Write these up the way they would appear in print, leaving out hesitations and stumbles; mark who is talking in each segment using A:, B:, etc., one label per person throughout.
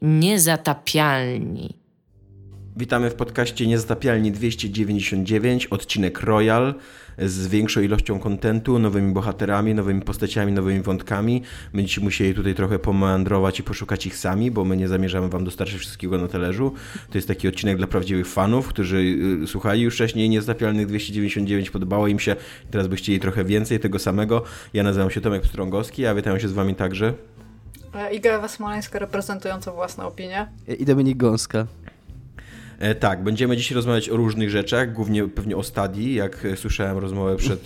A: Niezatapialni.
B: Witamy w podcaście Niezatapialni 299, odcinek Royal z większą ilością kontentu, nowymi bohaterami, nowymi postaciami, nowymi wątkami. Będziecie musieli tutaj trochę pomeandrować i poszukać ich sami, bo my nie zamierzamy wam dostarczyć wszystkiego na talerzu. To jest taki odcinek dla prawdziwych fanów, którzy słuchali już wcześniej Niezatapialnych 299, podobało im się, teraz by chcieli trochę więcej tego samego. Ja nazywam się Tomek Pstrągowski, a witają się z wami także
C: Iga Ewa-Smoleńska reprezentująca własną opinię.
D: I Dominik Gąska.
B: Tak, będziemy dzisiaj rozmawiać o różnych rzeczach, głównie pewnie o Stadii, jak słyszałem rozmowę przed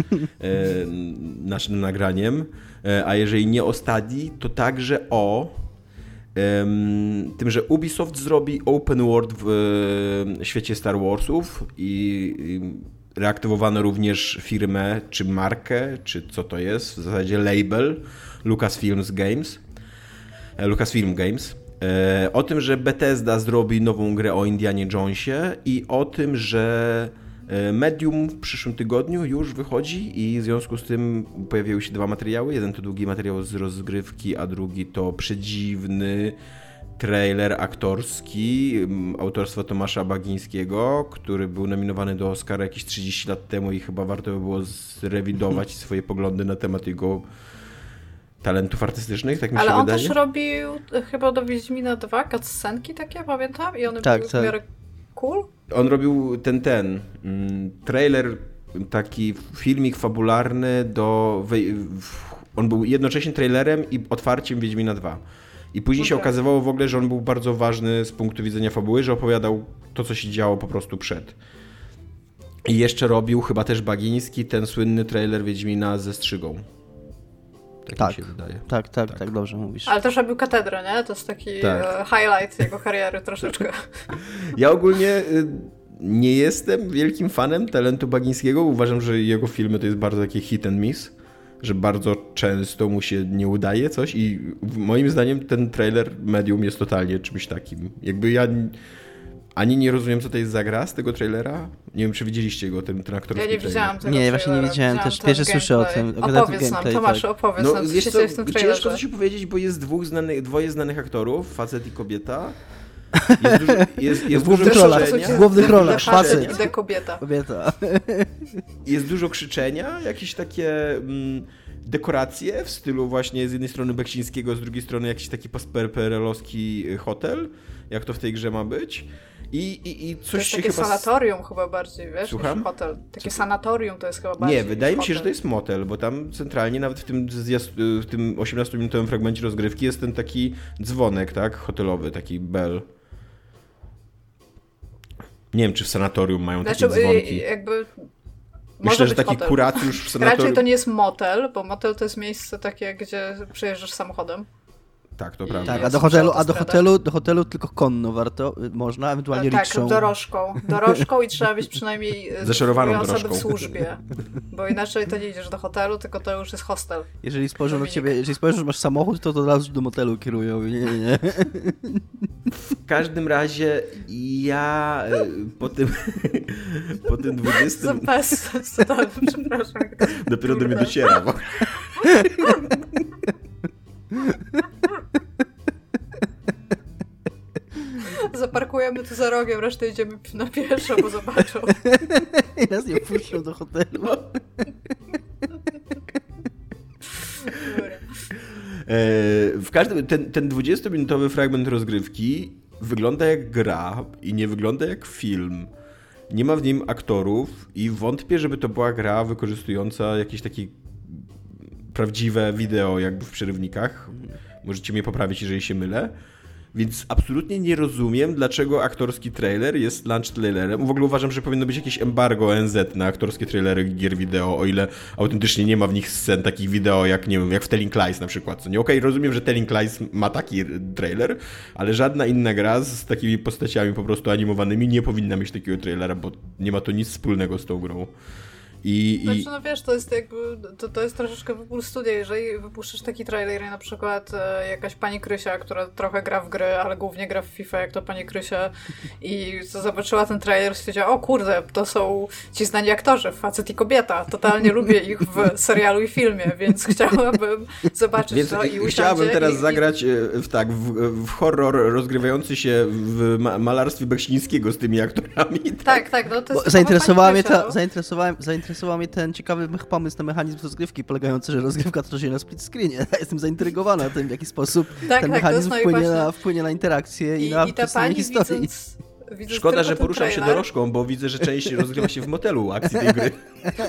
B: naszym nagraniem, a jeżeli nie o Stadii, to także o tym, że Ubisoft zrobi open world w świecie Star Warsów i reaktywowano również firmę, czy markę, czy co to jest, w zasadzie label Lucasfilm Games. O tym, że Bethesda zrobi nową grę o Indianie Jonesie i o tym, że Medium w przyszłym tygodniu już wychodzi i w związku z tym pojawiły się dwa materiały. Jeden to długi materiał z rozgrywki, a drugi to przedziwny trailer aktorski autorstwa Tomasza Bagińskiego, który był nominowany do Oscara jakieś 30 lat temu i chyba warto by było zrewidować swoje poglądy na temat jego talentów artystycznych, tak mi się wydaje.
C: Ale on też robił chyba do Wiedźmina 2 cutscenki takie, pamiętam? I one były w miarę cool?
B: On robił ten trailer, taki filmik fabularny on był jednocześnie trailerem i otwarciem Wiedźmina 2. I później się okazywało w ogóle, że on był bardzo ważny z punktu widzenia fabuły, że opowiadał to, co się działo po prostu przed. I jeszcze robił chyba też Bagiński ten słynny trailer Wiedźmina ze strzygą. Tak mi się wydaje.
D: Tak, dobrze mówisz.
C: Ale też robił Katedrę, nie? To jest taki highlight jego kariery troszeczkę.
B: Ja ogólnie nie jestem wielkim fanem talentu Bagińskiego. Uważam, że jego filmy to jest bardzo taki hit and miss, że bardzo często mu się nie udaje coś i moim zdaniem ten trailer Medium jest totalnie czymś takim. Jakby ja ani nie rozumiem, co to jest za gra z tego trailera. Nie wiem, czy widzieliście go, ten aktorski
C: Ja nie widziałam tego
D: trailera. Właśnie nie widziałem, też pierwszy słyszę o tym.
C: Opowiedz nam, Tomasz, opowiedz nam, co się dzieje w tym trailerze.
B: Ciężko coś powiedzieć, bo jest dwoje znanych aktorów, facet i kobieta. Jest
D: w głównych rolach,
C: facet i kobieta.
B: Jest dużo krzyczenia, jakieś takie dekoracje w stylu właśnie z jednej strony Beksińskiego, z drugiej strony jakiś taki PRL-owski hotel, jak to w tej grze ma być. I coś
C: to jest
B: się
C: takie
B: chyba...
C: sanatorium chyba bardziej, wiesz,
B: Słucham?
C: niż hotel. Takie sanatorium to jest chyba bardziej.
B: Nie, wydaje mi się,
C: hotel.
B: że to jest motel, bo tam centralnie nawet w tym 18-minutowym fragmencie rozgrywki jest ten taki dzwonek, tak, hotelowy, taki bell. Nie wiem, czy w sanatorium mają takie dzwonki.
C: Jakby...
B: Myślę, że taki kuracjusz w sanatorium...
C: Raczej to nie jest motel, bo motel to jest miejsce takie, gdzie przyjeżdżasz samochodem.
B: Tak, to prawda.
D: Tak, do hotelu tylko konno można, ewentualnie rikszą.
C: Tak, dorożką i trzeba mieć przynajmniej
B: zaszerowaną
C: osoby
B: dorożką
C: w służbie, bo inaczej to nie idziesz do hotelu, tylko to już jest hostel.
D: Jeżeli spojrzą na ciebie, jeżeli spojrzysz, że masz samochód, to od razu do motelu kierują. Nie.
B: W każdym razie ja po tym 20...
C: Za bezsens, totalnie, przepraszam.
B: Dopiero do mnie dociera. Bo...
C: Zaparkujemy tu za rogiem, resztę idziemy na pieszo, bo zobaczą.
D: I nas nie puszczą do hotelu.
B: W każdym ten 20-minutowy fragment rozgrywki wygląda jak gra i nie wygląda jak film. Nie ma w nim aktorów i wątpię, żeby to była gra wykorzystująca jakieś takie prawdziwe wideo jakby w przerywnikach. Możecie mnie poprawić, jeżeli się mylę. Więc absolutnie nie rozumiem, dlaczego aktorski trailer jest launch trailerem. W ogóle uważam, że powinno być jakieś embargo ONZ na aktorskie trailery gier wideo, o ile autentycznie nie ma w nich scen takich wideo, jak nie wiem, jak w Telling Lies na przykład. Co nie? Okej, rozumiem, że Telling Lies ma taki trailer, ale żadna inna gra z takimi postaciami po prostu animowanymi nie powinna mieć takiego trailera, bo nie ma to nic wspólnego z tą grą.
C: Znaczy, no wiesz, to jest jakby, to jest troszeczkę wybór studia, jeżeli wypuszczasz taki trailer i na przykład jakaś pani Krysia, która trochę gra w gry, ale głównie gra w FIFA, jak to pani Krysia i zobaczyła ten trailer i stwierdziła, o kurde, to są ci znani aktorzy, facet i kobieta, totalnie lubię ich w serialu i filmie, więc chciałabym zobaczyć to i usiądzie.
B: Chciałabym teraz zagrać w horror rozgrywający się w malarstwie Beksińskiego z tymi aktorami.
C: Tak, no to jest
D: zainteresował mnie ten ciekawy pomysł na mechanizm rozgrywki polegający, że rozgrywka toczy się na split screenie. Jestem zaintrygowana tym, w jaki sposób ten mechanizm wpłynie na interakcję i na przedstawienie historii.
B: Szkoda, że poruszam się dorożką, bo widzę, że część rozgrywa się w motelu akcji tej gry.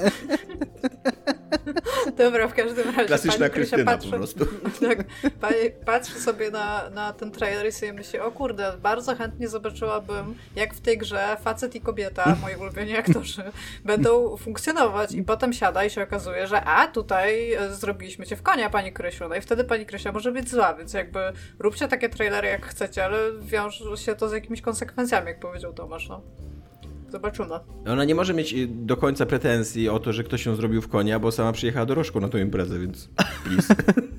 C: Dobra, w każdym razie.
B: Klasyczna Krystyna po prostu.
C: Tak, patrzy sobie na ten trailer i sobie myśli, o kurde, bardzo chętnie zobaczyłabym, jak w tej grze facet i kobieta, moi ulubieni aktorzy, będą funkcjonować i potem siada i się okazuje, że tutaj zrobiliśmy cię w konia, pani Krysiu, no i wtedy pani Krysia może być zła, więc jakby róbcie takie trailery jak chcecie, ale wiąże się to z jakimiś konsekwencjami, jak powiedział Tomasz, no. Zobaczymy.
B: Ona nie może mieć do końca pretensji o to, że ktoś ją zrobił w konia, bo sama przyjechała dorożką na tą imprezę, więc please.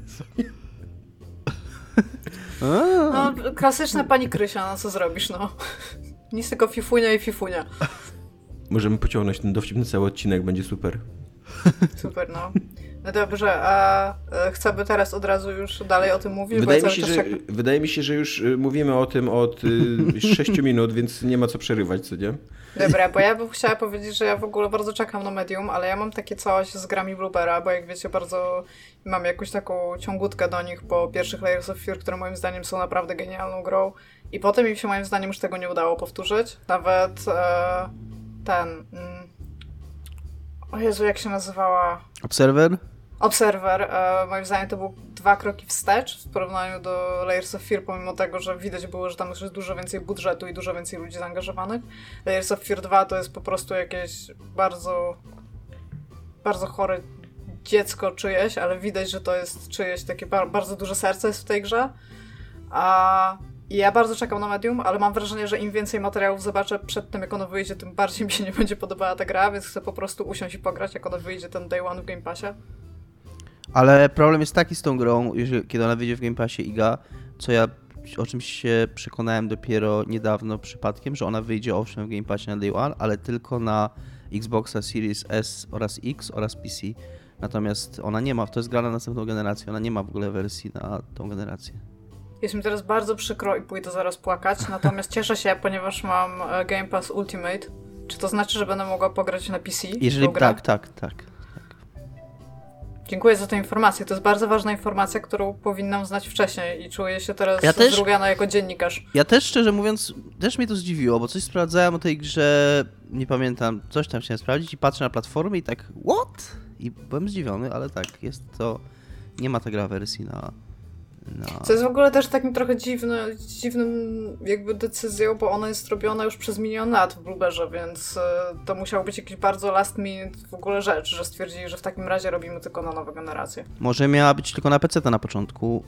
C: No, klasyczna pani Krysia, no co zrobisz, no. Nic tylko fifunia i fifunia.
B: Możemy pociągnąć ten dowcip na cały odcinek, będzie super.
C: Super, no. No dobrze, a chcemy teraz od razu już dalej o tym mówić?
B: Wydaje mi się, że już mówimy o tym od 6 minut, więc nie ma co przerywać, co nie?
C: Dobra, bo ja bym chciała powiedzieć, że ja w ogóle bardzo czekam na Medium, ale ja mam takie coś z grami Bluebera, bo jak wiecie, bardzo mam jakąś taką ciągutkę do nich po pierwszych Layers of Fear, które moim zdaniem są naprawdę genialną grą i potem im się moim zdaniem już tego nie udało powtórzyć. Nawet o Jezu, jak się nazywała? Observer. Moim zdaniem to był 2 kroki wstecz w porównaniu do Layers of Fear, pomimo tego, że widać było, że tam już jest dużo więcej budżetu i dużo więcej ludzi zaangażowanych. Layers of Fear 2 to jest po prostu jakieś bardzo, bardzo chore dziecko czyjeś, ale widać, że to jest czyjeś takie bardzo duże serce jest w tej grze. I ja bardzo czekam na Medium, ale mam wrażenie, że im więcej materiałów zobaczę przed tym, jak ono wyjdzie, tym bardziej mi się nie będzie podobała ta gra, więc chcę po prostu usiąść i pograć, jak ono wyjdzie ten Day One w Game Passie.
D: Ale problem jest taki z tą grą, kiedy ona wyjdzie w Game Passie Iga, o czymś się przekonałem dopiero niedawno przypadkiem, że ona wyjdzie owszem w Game Passie na Day One, ale tylko na Xboxa Series S oraz X oraz PC. Natomiast ona nie ma, to jest gra na następną generację, ona nie ma w ogóle wersji na tą generację. Jest
C: mi teraz bardzo przykro i pójdę zaraz płakać, natomiast cieszę się, ponieważ mam Game Pass Ultimate. Czy to znaczy, że będę mogła pograć na PC?
D: Jeżeli tak.
C: Dziękuję za tę informację. To jest bardzo ważna informacja, którą powinnam znać wcześniej i czuję się teraz zrugiana jako dziennikarz.
D: Ja też, szczerze mówiąc, mnie to zdziwiło, bo coś sprawdzałem o tej grze, nie pamiętam, coś tam chciałem sprawdzić i patrzę na platformę i tak, what? I byłem zdziwiony, ale tak, jest to, nie ma ta gra wersji na...
C: Co jest w ogóle też takim trochę dziwnym jakby decyzją, bo ona jest robiona już przez milion lat w Blueberze, więc to musiało być jakiś bardzo last minute w ogóle rzecz, że stwierdzili, że w takim razie robimy tylko na nowe generacje.
D: Może miała być tylko na PC na początku,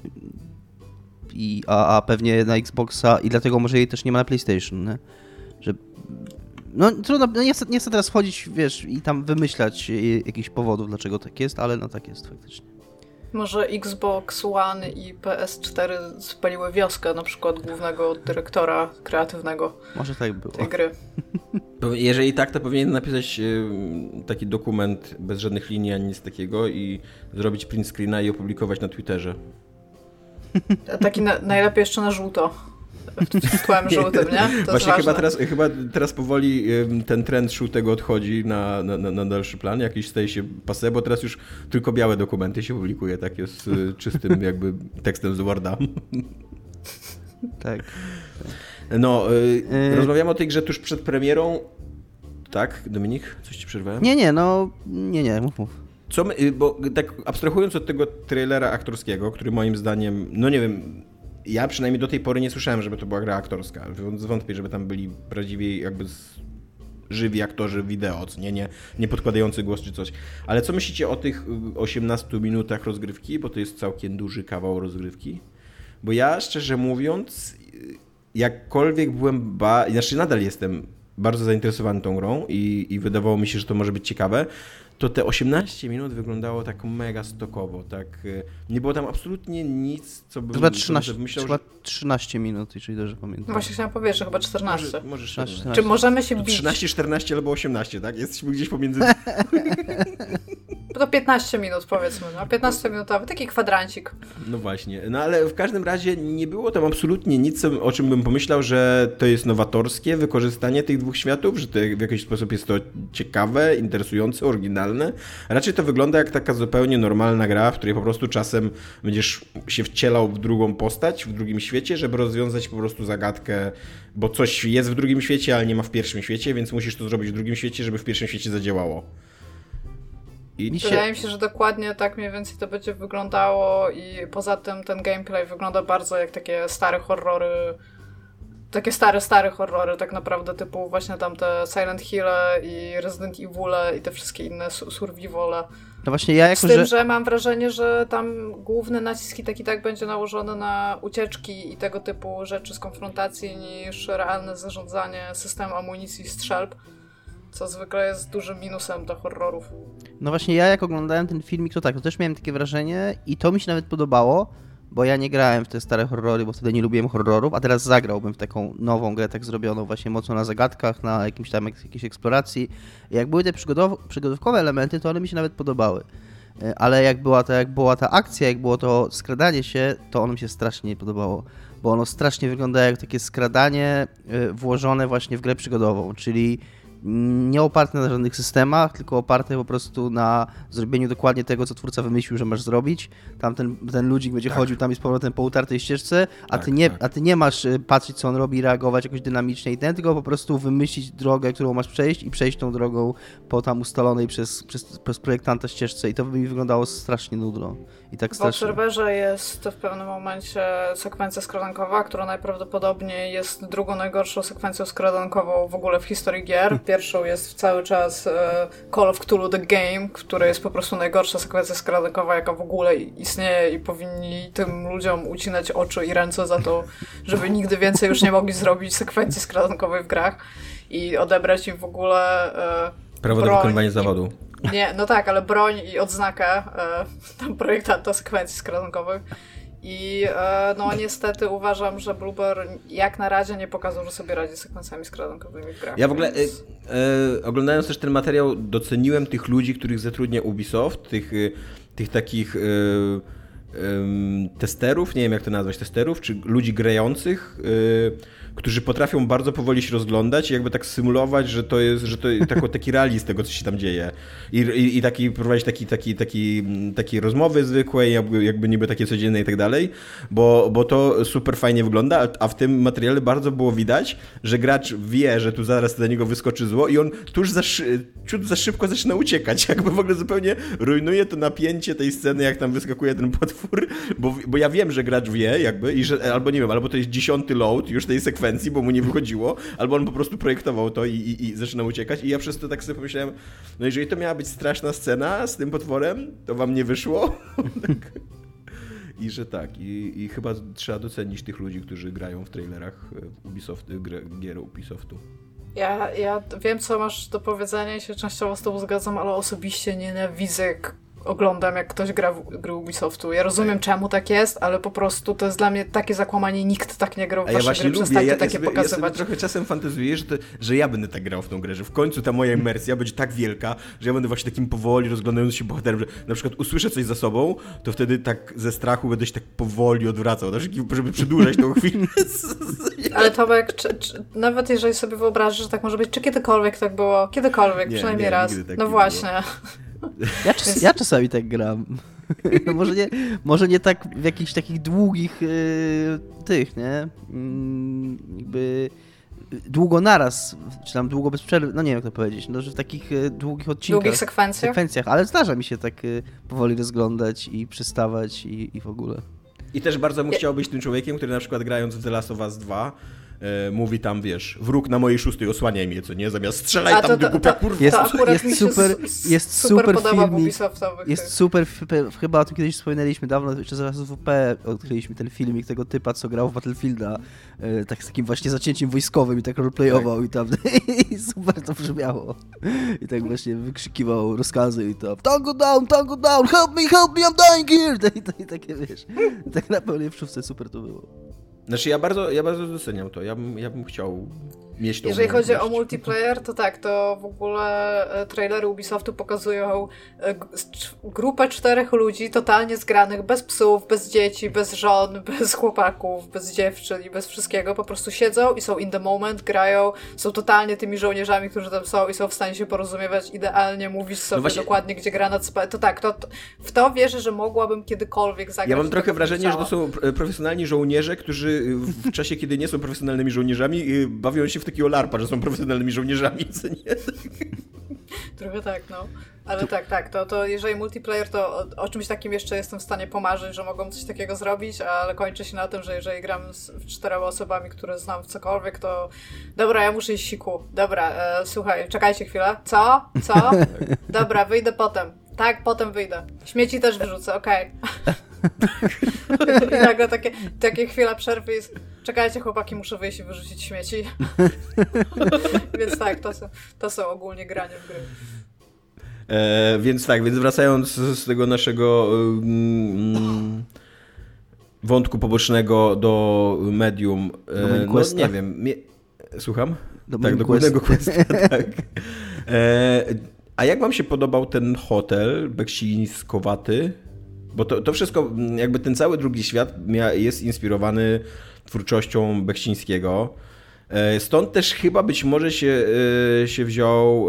D: a pewnie na Xboxa i dlatego może jej też nie ma na PlayStation, nie? Że... No trudno, nie chcę teraz wchodzić, wiesz, i tam wymyślać jakichś powodów, dlaczego tak jest, ale no tak jest faktycznie.
C: Może Xbox One i PS4 spaliły wioskę, na przykład głównego dyrektora kreatywnego
D: może tak było.
C: Tej gry.
B: Jeżeli tak, to powinien napisać taki dokument bez żadnych linii ani nic takiego i zrobić print screena i opublikować na Twitterze.
C: Taki najlepiej jeszcze na żółto. W tłem żółtym, nie? To
B: właśnie chyba teraz powoli ten trend żółtego odchodzi na dalszy plan, jakiś staje się passé, bo teraz już tylko białe dokumenty się publikuje, takie z czystym jakby tekstem z Worda.
D: Tak.
B: No, rozmawiamy o tej grze tuż przed premierą. Tak, Dominik? Coś ci przerwałem?
D: Nie, mów.
B: Bo tak abstrahując od tego trailera aktorskiego, który moim zdaniem, no nie wiem, ja przynajmniej do tej pory nie słyszałem, żeby to była gra aktorska. Wątpię, żeby tam byli prawdziwie jakby żywi aktorzy wideo, nie podkładający głos czy coś. Ale co myślicie o tych 18 minutach rozgrywki? Bo to jest całkiem duży kawał rozgrywki. Bo ja szczerze mówiąc, jakkolwiek byłem nadal jestem bardzo zainteresowany tą grą i wydawało mi się, że to może być ciekawe, to te 18 minut wyglądało tak mega stokowo, tak, nie było tam absolutnie nic, co bym...
D: Chyba 13 minut, jeżeli dobrze pamiętam.
C: No właśnie chciałam powiedzieć, że chyba 14.
B: Może 14.
C: Czy możemy się bić?
B: 13, 14 albo 18, tak? Jesteśmy gdzieś pomiędzy...
C: To 15 minut powiedzmy, no 15-minutowy, taki kwadrancik.
B: No właśnie, no ale w każdym razie nie było tam absolutnie nic, o czym bym pomyślał, że to jest nowatorskie wykorzystanie tych dwóch światów, że to w jakiś sposób jest to ciekawe, interesujące, oryginalne. Raczej to wygląda jak taka zupełnie normalna gra, w której po prostu czasem będziesz się wcielał w drugą postać, w drugim świecie, żeby rozwiązać po prostu zagadkę, bo coś jest w drugim świecie, ale nie ma w pierwszym świecie, więc musisz to zrobić w drugim świecie, żeby w pierwszym świecie zadziałało.
C: Wydaje mi się, że dokładnie tak mniej więcej to będzie wyglądało i poza tym ten gameplay wygląda bardzo jak takie stare horrory, takie stare horrory tak naprawdę, typu właśnie tam te Silent Hill'e i Resident Evil'e i te wszystkie inne survivale.
D: No właśnie ja
C: z tym, że mam wrażenie, że tam główny nacisk i tak będzie nałożony na ucieczki i tego typu rzeczy z konfrontacji niż realne zarządzanie systemem amunicji i strzelb. Co zwykle jest dużym minusem dla horrorów.
D: No właśnie ja jak oglądałem ten filmik, to tak, to też miałem takie wrażenie i to mi się nawet podobało, bo ja nie grałem w te stare horrory, bo wtedy nie lubiłem horrorów, a teraz zagrałbym w taką nową grę tak zrobioną właśnie mocno na zagadkach, na jakimś tam jakiejś eksploracji. I jak były te przygodówkowe elementy, to one mi się nawet podobały. Ale jak była ta akcja, jak było to skradanie się, to ono mi się strasznie nie podobało, bo ono strasznie wygląda jak takie skradanie włożone właśnie w grę przygodową, czyli nie oparte na żadnych systemach, tylko oparte po prostu na zrobieniu dokładnie tego, co twórca wymyślił, że masz zrobić. Tam ten ludzik będzie chodził tam i z powrotem po utartej ścieżce, a ty nie masz patrzeć, co on robi, reagować jakoś dynamicznie i tylko po prostu wymyślić drogę, którą masz przejść i przejść tą drogą po tam ustalonej przez projektanta ścieżce i to by mi wyglądało strasznie nudno. I tak strasznie.
C: W Observerze jest w pewnym momencie sekwencja skradankowa, która najprawdopodobniej jest drugą najgorszą sekwencją skradankową w ogóle w historii gier. Pierwszą jest cały czas Call of Cthulhu The Game, który jest po prostu najgorsza sekwencja skradankowa, jaka w ogóle istnieje i powinni tym ludziom ucinać oczy i ręce za to, żeby nigdy więcej już nie mogli zrobić sekwencji skradankowej w grach i odebrać im w ogóle
B: prawo do wykonywania zawodu.
C: Nie, no tak, ale broń i odznakę tam projektanta sekwencji skradankowych. I no niestety uważam, że Bloober jak na razie nie pokazał, że sobie radzi z sekwencjami skradankowymi w grach.
B: Ja w ogóle oglądając też ten materiał doceniłem tych ludzi, których zatrudnia Ubisoft, tych takich testerów, nie wiem jak to nazwać, testerów, czy ludzi grających, którzy potrafią bardzo powoli się rozglądać i jakby tak symulować, że to jest taki realizm tego, co się tam dzieje. I prowadzić takie rozmowy zwykłe, jakby niby takie codzienne i tak dalej, bo to super fajnie wygląda, a w tym materiale bardzo było widać, że gracz wie, że tu zaraz na niego wyskoczy zło i on tuż ciut za szybko zaczyna uciekać, jakby w ogóle zupełnie rujnuje to napięcie tej sceny, jak tam wyskakuje ten potwór, bo ja wiem, że gracz wie jakby i że, albo nie wiem, albo to jest 10. load już tej sekwencji, bo mu nie wychodziło, albo on po prostu projektował to i zaczyna uciekać i ja przez to tak sobie pomyślałem, no jeżeli to miała być straszna scena z tym potworem, to wam nie wyszło. I że tak, i chyba trzeba docenić tych ludzi, którzy grają w trailerach gier Ubisoftu.
C: Ja wiem, co masz do powiedzenia i się częściowo z tobą zgadzam, ale osobiście nienawidzę, jak oglądam, jak ktoś gra w gry Ubisoftu. Ja rozumiem, czemu tak jest, ale po prostu to jest dla mnie takie zakłamanie. Nikt tak nie grał w wasze gry. Przestańcie takie pokazywać. Ja sobie
B: trochę czasem fantazuję, że ja będę tak grał w tą grę, że w końcu ta moja imersja będzie tak wielka, że ja będę właśnie takim powoli rozglądającym się bohaterem, że na przykład usłyszę coś za sobą, to wtedy tak ze strachu będę się tak powoli odwracał, żeby przedłużać tą chwilę.
C: Ale Tomek, nawet jeżeli sobie wyobrażasz, że tak może być, czy kiedykolwiek tak było? Kiedykolwiek, przynajmniej raz. Tak no właśnie.
D: Ja czasami tak gram. No może nie tak w jakichś takich długich tych, nie? Jakby długo naraz, czy tam długo bez przerwy, no nie wiem jak to powiedzieć, no że w takich długich odcinkach.
C: Długich sekwencjach,
D: ale zdarza mi się tak powoli rozglądać i przystawać i w ogóle.
B: I też bardzo bym chciał być tym człowiekiem, który na przykład grając w The Last of Us 2 mówi tam, wiesz, wróg na mojej 6, osłaniaj mnie, co nie? Zamiast strzelaj tam do głupia kurwa.
D: Jest super filmik. Jest super, chyba o tym kiedyś wspominaliśmy dawno, jeszcze zaraz w WP odkryliśmy ten filmik tego typa, co grał w Battlefielda, tak z takim właśnie zacięciem wojskowym i tak roleplayował i tam i super to brzmiało. I tak właśnie wykrzykiwał rozkazy i tam tango down, help me, I'm dying here! I takie, wiesz, tak na pełnej wczówce super to było.
B: Znaczy ja bardzo doceniam to, ja bym chciał mieć to.
C: Jeżeli chodzi o multiplayer, to tak, to w ogóle trailery Ubisoftu pokazują grupę 4 ludzi totalnie zgranych, bez psów, bez dzieci, bez żon, bez chłopaków, bez dziewczyn i bez wszystkiego, po prostu siedzą i są in the moment, grają, są totalnie tymi żołnierzami, którzy tam są i są w stanie się porozumiewać idealnie, mówić sobie dokładnie, gdzie granat spadł. To tak, w to wierzę, że mogłabym kiedykolwiek zagrać.
B: Ja mam trochę wrażenie, że to są profesjonalni żołnierze, którzy w czasie, kiedy nie są profesjonalnymi żołnierzami, bawią się w takiego larpa, że są profesjonalnymi żołnierzami, co nie?
C: Trochę tak, no. Ale tak, to jeżeli multiplayer, to o czymś takim jeszcze jestem w stanie pomarzyć, że mogą coś takiego zrobić, ale kończy się na tym, że jeżeli gram z 4 osobami, które znam w cokolwiek, to dobra, ja muszę iść siku. Dobra, słuchaj, czekajcie chwilę. Co? Dobra, wyjdę potem. Tak, potem wyjdę. Śmieci też wyrzucę, okej. I nagle takie chwila przerwy jest. Czekajcie chłopaki, muszę wyjść i wyrzucić śmieci. Więc tak, to są ogólnie granie w gry.
B: Więc wracając z tego naszego wątku pobocznego do medium, no nie wiem. Słucham? Do głównego questa, tak. A jak wam się podobał ten hotel beksińskowaty? Bo to wszystko, jakby ten cały drugi świat jest inspirowany twórczością Beksińskiego. Stąd też chyba być może się wziął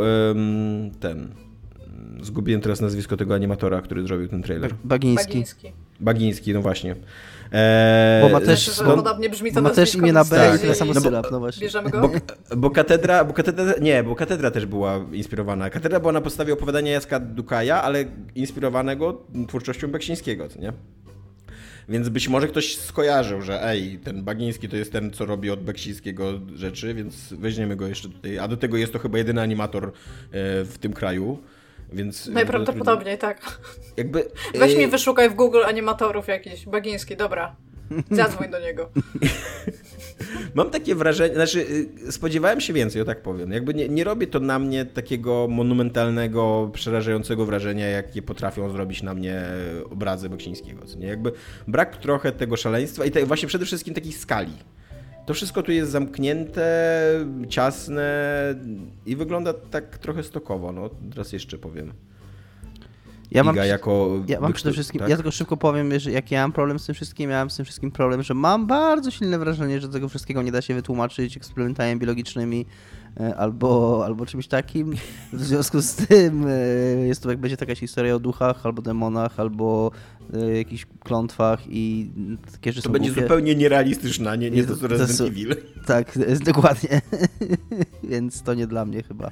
B: zgubiłem teraz nazwisko tego animatora, który zrobił ten trailer. Bagiński, no właśnie.
D: Bo ma też,
C: podobnie brzmi to
D: ma też imię na B i tyle samo sylab, no właśnie.
C: Bierzemy go?
B: Bo katedra też była inspirowana. Katedra była na podstawie opowiadania Jacka Dukaja, ale inspirowanego twórczością Beksińskiego, co nie? Więc być może ktoś skojarzył, że ten Bagiński to jest ten, co robi od Beksińskiego rzeczy, więc weźmiemy go jeszcze tutaj. A do tego jest to chyba jedyny animator w tym kraju. Więc
C: najprawdopodobniej tak. Weź mi wyszukaj w Google animatorów jakiś. Bagiński, dobra. Zadzwoń do niego.
B: Mam takie wrażenie, spodziewałem się więcej, o tak powiem. Jakby nie robi to na mnie takiego monumentalnego, przerażającego wrażenia, jakie potrafią zrobić na mnie obrazy Beksińskiego. Co nie? Jakby brak trochę tego szaleństwa i właśnie przede wszystkim takiej skali. To wszystko tu jest zamknięte, ciasne i wygląda tak trochę stokowo. No, teraz jeszcze powiem.
D: Ja mam przede wszystkim, tak? Ja tylko szybko powiem, że jak ja mam problem z tym wszystkim, miałem z tym wszystkim problem, że mam bardzo silne wrażenie, że tego wszystkiego nie da się wytłumaczyć eksperymentami biologicznymi albo czymś takim. W związku z tym jest to, jak będzie jakaś historia o duchach, albo demonach, albo jakichś klątwach i takie rzeczy.
B: To będzie zupełnie nierealistyczna, nie to co Resident Evil.
D: Tak, dokładnie. Więc to nie dla mnie chyba.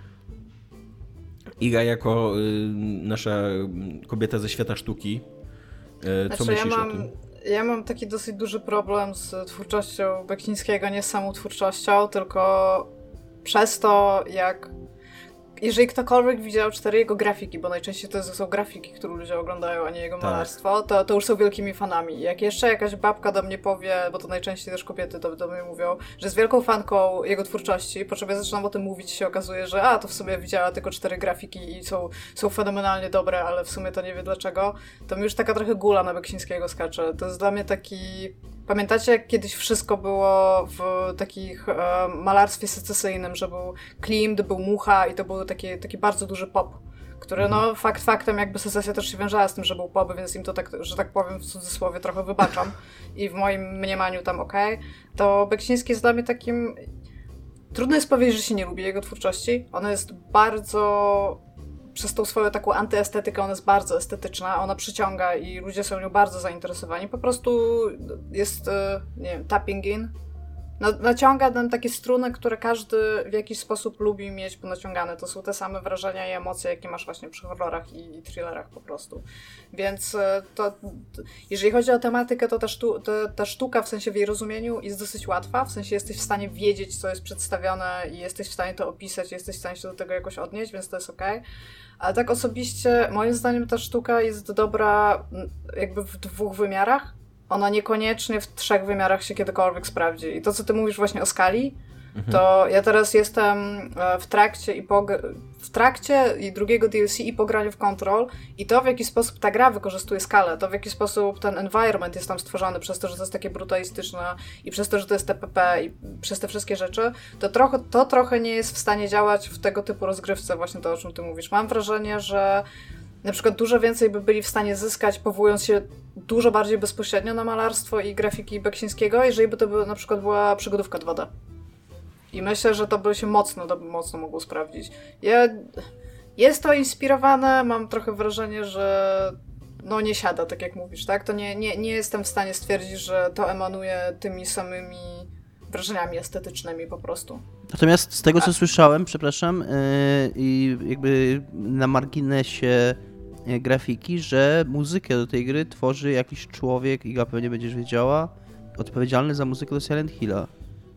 B: Iga jako nasza kobieta ze świata sztuki, co myślisz o tym?
C: Ja mam taki dosyć duży problem z twórczością Beksińskiego, nie z samą twórczością, tylko przez to, jeżeli ktokolwiek widział 4 jego grafiki, bo najczęściej to są grafiki, które ludzie oglądają, a nie jego malarstwo, to już są wielkimi fanami. Jak jeszcze jakaś babka do mnie powie, bo to najczęściej też kobiety do mnie mówią, że jest wielką fanką jego twórczości, po czym ja zaczynam o tym mówić, się okazuje, że to w sumie widziała tylko 4 grafiki i są fenomenalnie dobre, ale w sumie to nie wie dlaczego, to mi już taka trochę gula na Beksińskiego skacze. To jest dla mnie taki... Pamiętacie, jak kiedyś wszystko było w takich malarstwie secesyjnym, że był Klimt, był Mucha i to był taki bardzo duży pop, który faktem jakby secesja też się wiążała z tym, że był pop, więc im to tak, że tak powiem w cudzysłowie trochę wybaczam i w moim mniemaniu tam to Beksiński jest dla mnie takim... Trudno jest powiedzieć, że się nie lubi jego twórczości. Ona jest bardzo... Przez tą swoją taką antyestetykę ona jest bardzo estetyczna, ona przyciąga i ludzie są nią bardzo zainteresowani. Po prostu jest, nie wiem, tapping in naciąga nam takie struny, które każdy w jakiś sposób lubi mieć ponaciągane. To są te same wrażenia i emocje, jakie masz właśnie przy horrorach i thrillerach po prostu. Więc jeżeli chodzi o tematykę, to ta sztuka w sensie w jej rozumieniu jest dosyć łatwa, w sensie jesteś w stanie wiedzieć, co jest przedstawione i jesteś w stanie to opisać, jesteś w stanie się do tego jakoś odnieść, więc to jest okej. Ale tak osobiście, moim zdaniem ta sztuka jest dobra jakby w 2 wymiarach. Ona niekoniecznie w 3 wymiarach się kiedykolwiek sprawdzi. I to, co ty mówisz właśnie o skali, to ja teraz jestem w trakcie i drugiego DLC i po graniu w Control i to, w jaki sposób ta gra wykorzystuje skalę, to w jaki sposób ten environment jest tam stworzony, przez to, że to jest takie brutalistyczne i przez to, że to jest TPP i przez te wszystkie rzeczy, to trochę nie jest w stanie działać w tego typu rozgrywce, właśnie to, o czym ty mówisz. Mam wrażenie, że na przykład dużo więcej by byli w stanie zyskać, powołując się dużo bardziej bezpośrednio na malarstwo i grafiki Beksińskiego, jeżeli by to na przykład była przygodówka 2D. I myślę, że to by się mocno mogło sprawdzić. Jest to inspirowane, mam trochę wrażenie, że nie siada, tak jak mówisz, tak? To nie jestem w stanie stwierdzić, że to emanuje tymi samymi wrażeniami estetycznymi po prostu.
D: Natomiast z tego, co słyszałem, przepraszam, i jakby na marginesie grafiki, że muzykę do tej gry tworzy jakiś człowiek, Iga pewnie będziesz wiedziała, odpowiedzialny za muzykę do Silent Hilla.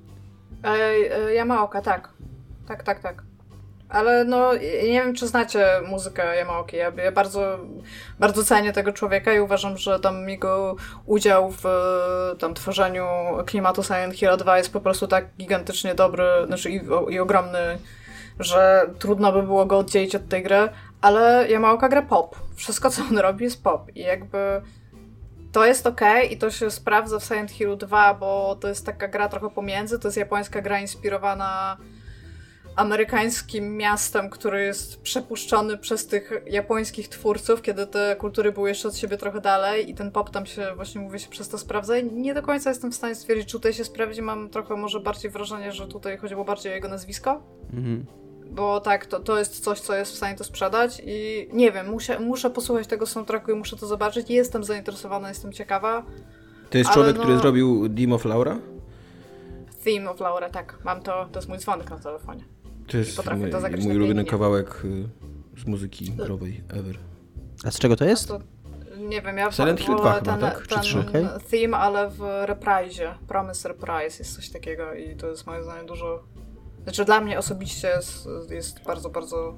C: Yamaoka, tak. Tak. Ale nie wiem, czy znacie muzykę Yamaoki. Ja bardzo, bardzo cenię tego człowieka i uważam, że tam jego udział w tam tworzeniu klimatu Silent Hill 2 jest po prostu tak gigantycznie dobry, znaczy i ogromny, że trudno by było go oddzielić od tej gry, ale Yamaoka gra pop. Wszystko, co on robi, jest pop i jakby to jest okej i to się sprawdza w Silent Hill 2, bo to jest taka gra trochę pomiędzy, to jest japońska gra inspirowana amerykańskim miastem, który jest przepuszczony przez tych japońskich twórców, kiedy te kultury były jeszcze od siebie trochę dalej i ten pop tam się, właśnie mówię, się przez to sprawdza i nie do końca jestem w stanie stwierdzić, czy tutaj się sprawdzi. Mam trochę może bardziej wrażenie, że tutaj chodziło bardziej o jego nazwisko. Bo tak, to jest coś, co jest w stanie to sprzedać i nie wiem, muszę posłuchać tego soundtracku i muszę to zobaczyć. Jestem zainteresowana, jestem ciekawa.
B: To jest człowiek, który zrobił Theme of Laura?
C: Theme of Laura, tak. Mam to jest mój dzwonek na telefonie.
B: To jest mój ulubiony kawałek z muzyki growej ever.
D: A z czego to jest?
C: Nie wiem, ja
B: Silent Hill 2 chyba, tak?
C: Ten theme, ale w Reprise, Promise Reprise jest coś takiego i to jest moim zdaniem dużo... Znaczy dla mnie osobiście jest bardzo, bardzo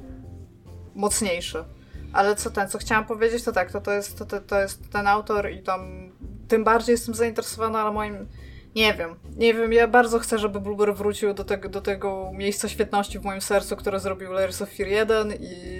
C: mocniejszy. Ale co chciałam powiedzieć, to tak, to jest ten autor i tam tym bardziej jestem zainteresowana, ale moim... Nie wiem, ja bardzo chcę, żeby Bloober wrócił do tego miejsca świetności w moim sercu, które zrobił Layers of Fear 1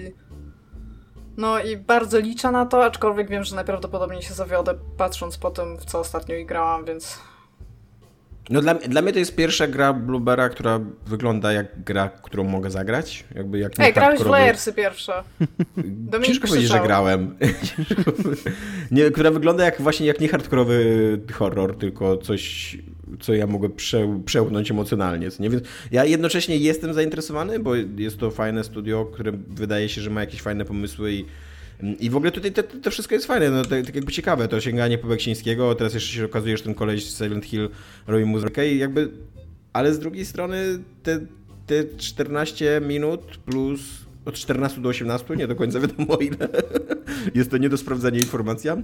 C: i bardzo liczę na to, aczkolwiek wiem, że najprawdopodobniej się zawiodę, patrząc po tym, w co ostatnio grałam, więc...
B: Dla mnie to jest pierwsza gra Bluebera, która wygląda jak gra, którą mogę zagrać. Jakby jak
C: grałeś w Layersy pierwsze.
B: Ciężko powiedzieć, że grałem. Która wygląda jak nie hardkorowy horror, tylko coś, co ja mogę przełknąć emocjonalnie. Nie? Więc ja jednocześnie jestem zainteresowany, bo jest to fajne studio, które wydaje się, że ma jakieś fajne pomysły i w ogóle tutaj to wszystko jest fajne, tak jakby ciekawe, to sięganie po Beksińskiego, teraz jeszcze się okazuje, że ten koleś z Silent Hill robi muzykę i jakby, ale z drugiej strony te 14 minut plus od 14 do 18, nie do końca wiadomo ile, jest to nie do sprawdzenia informacja,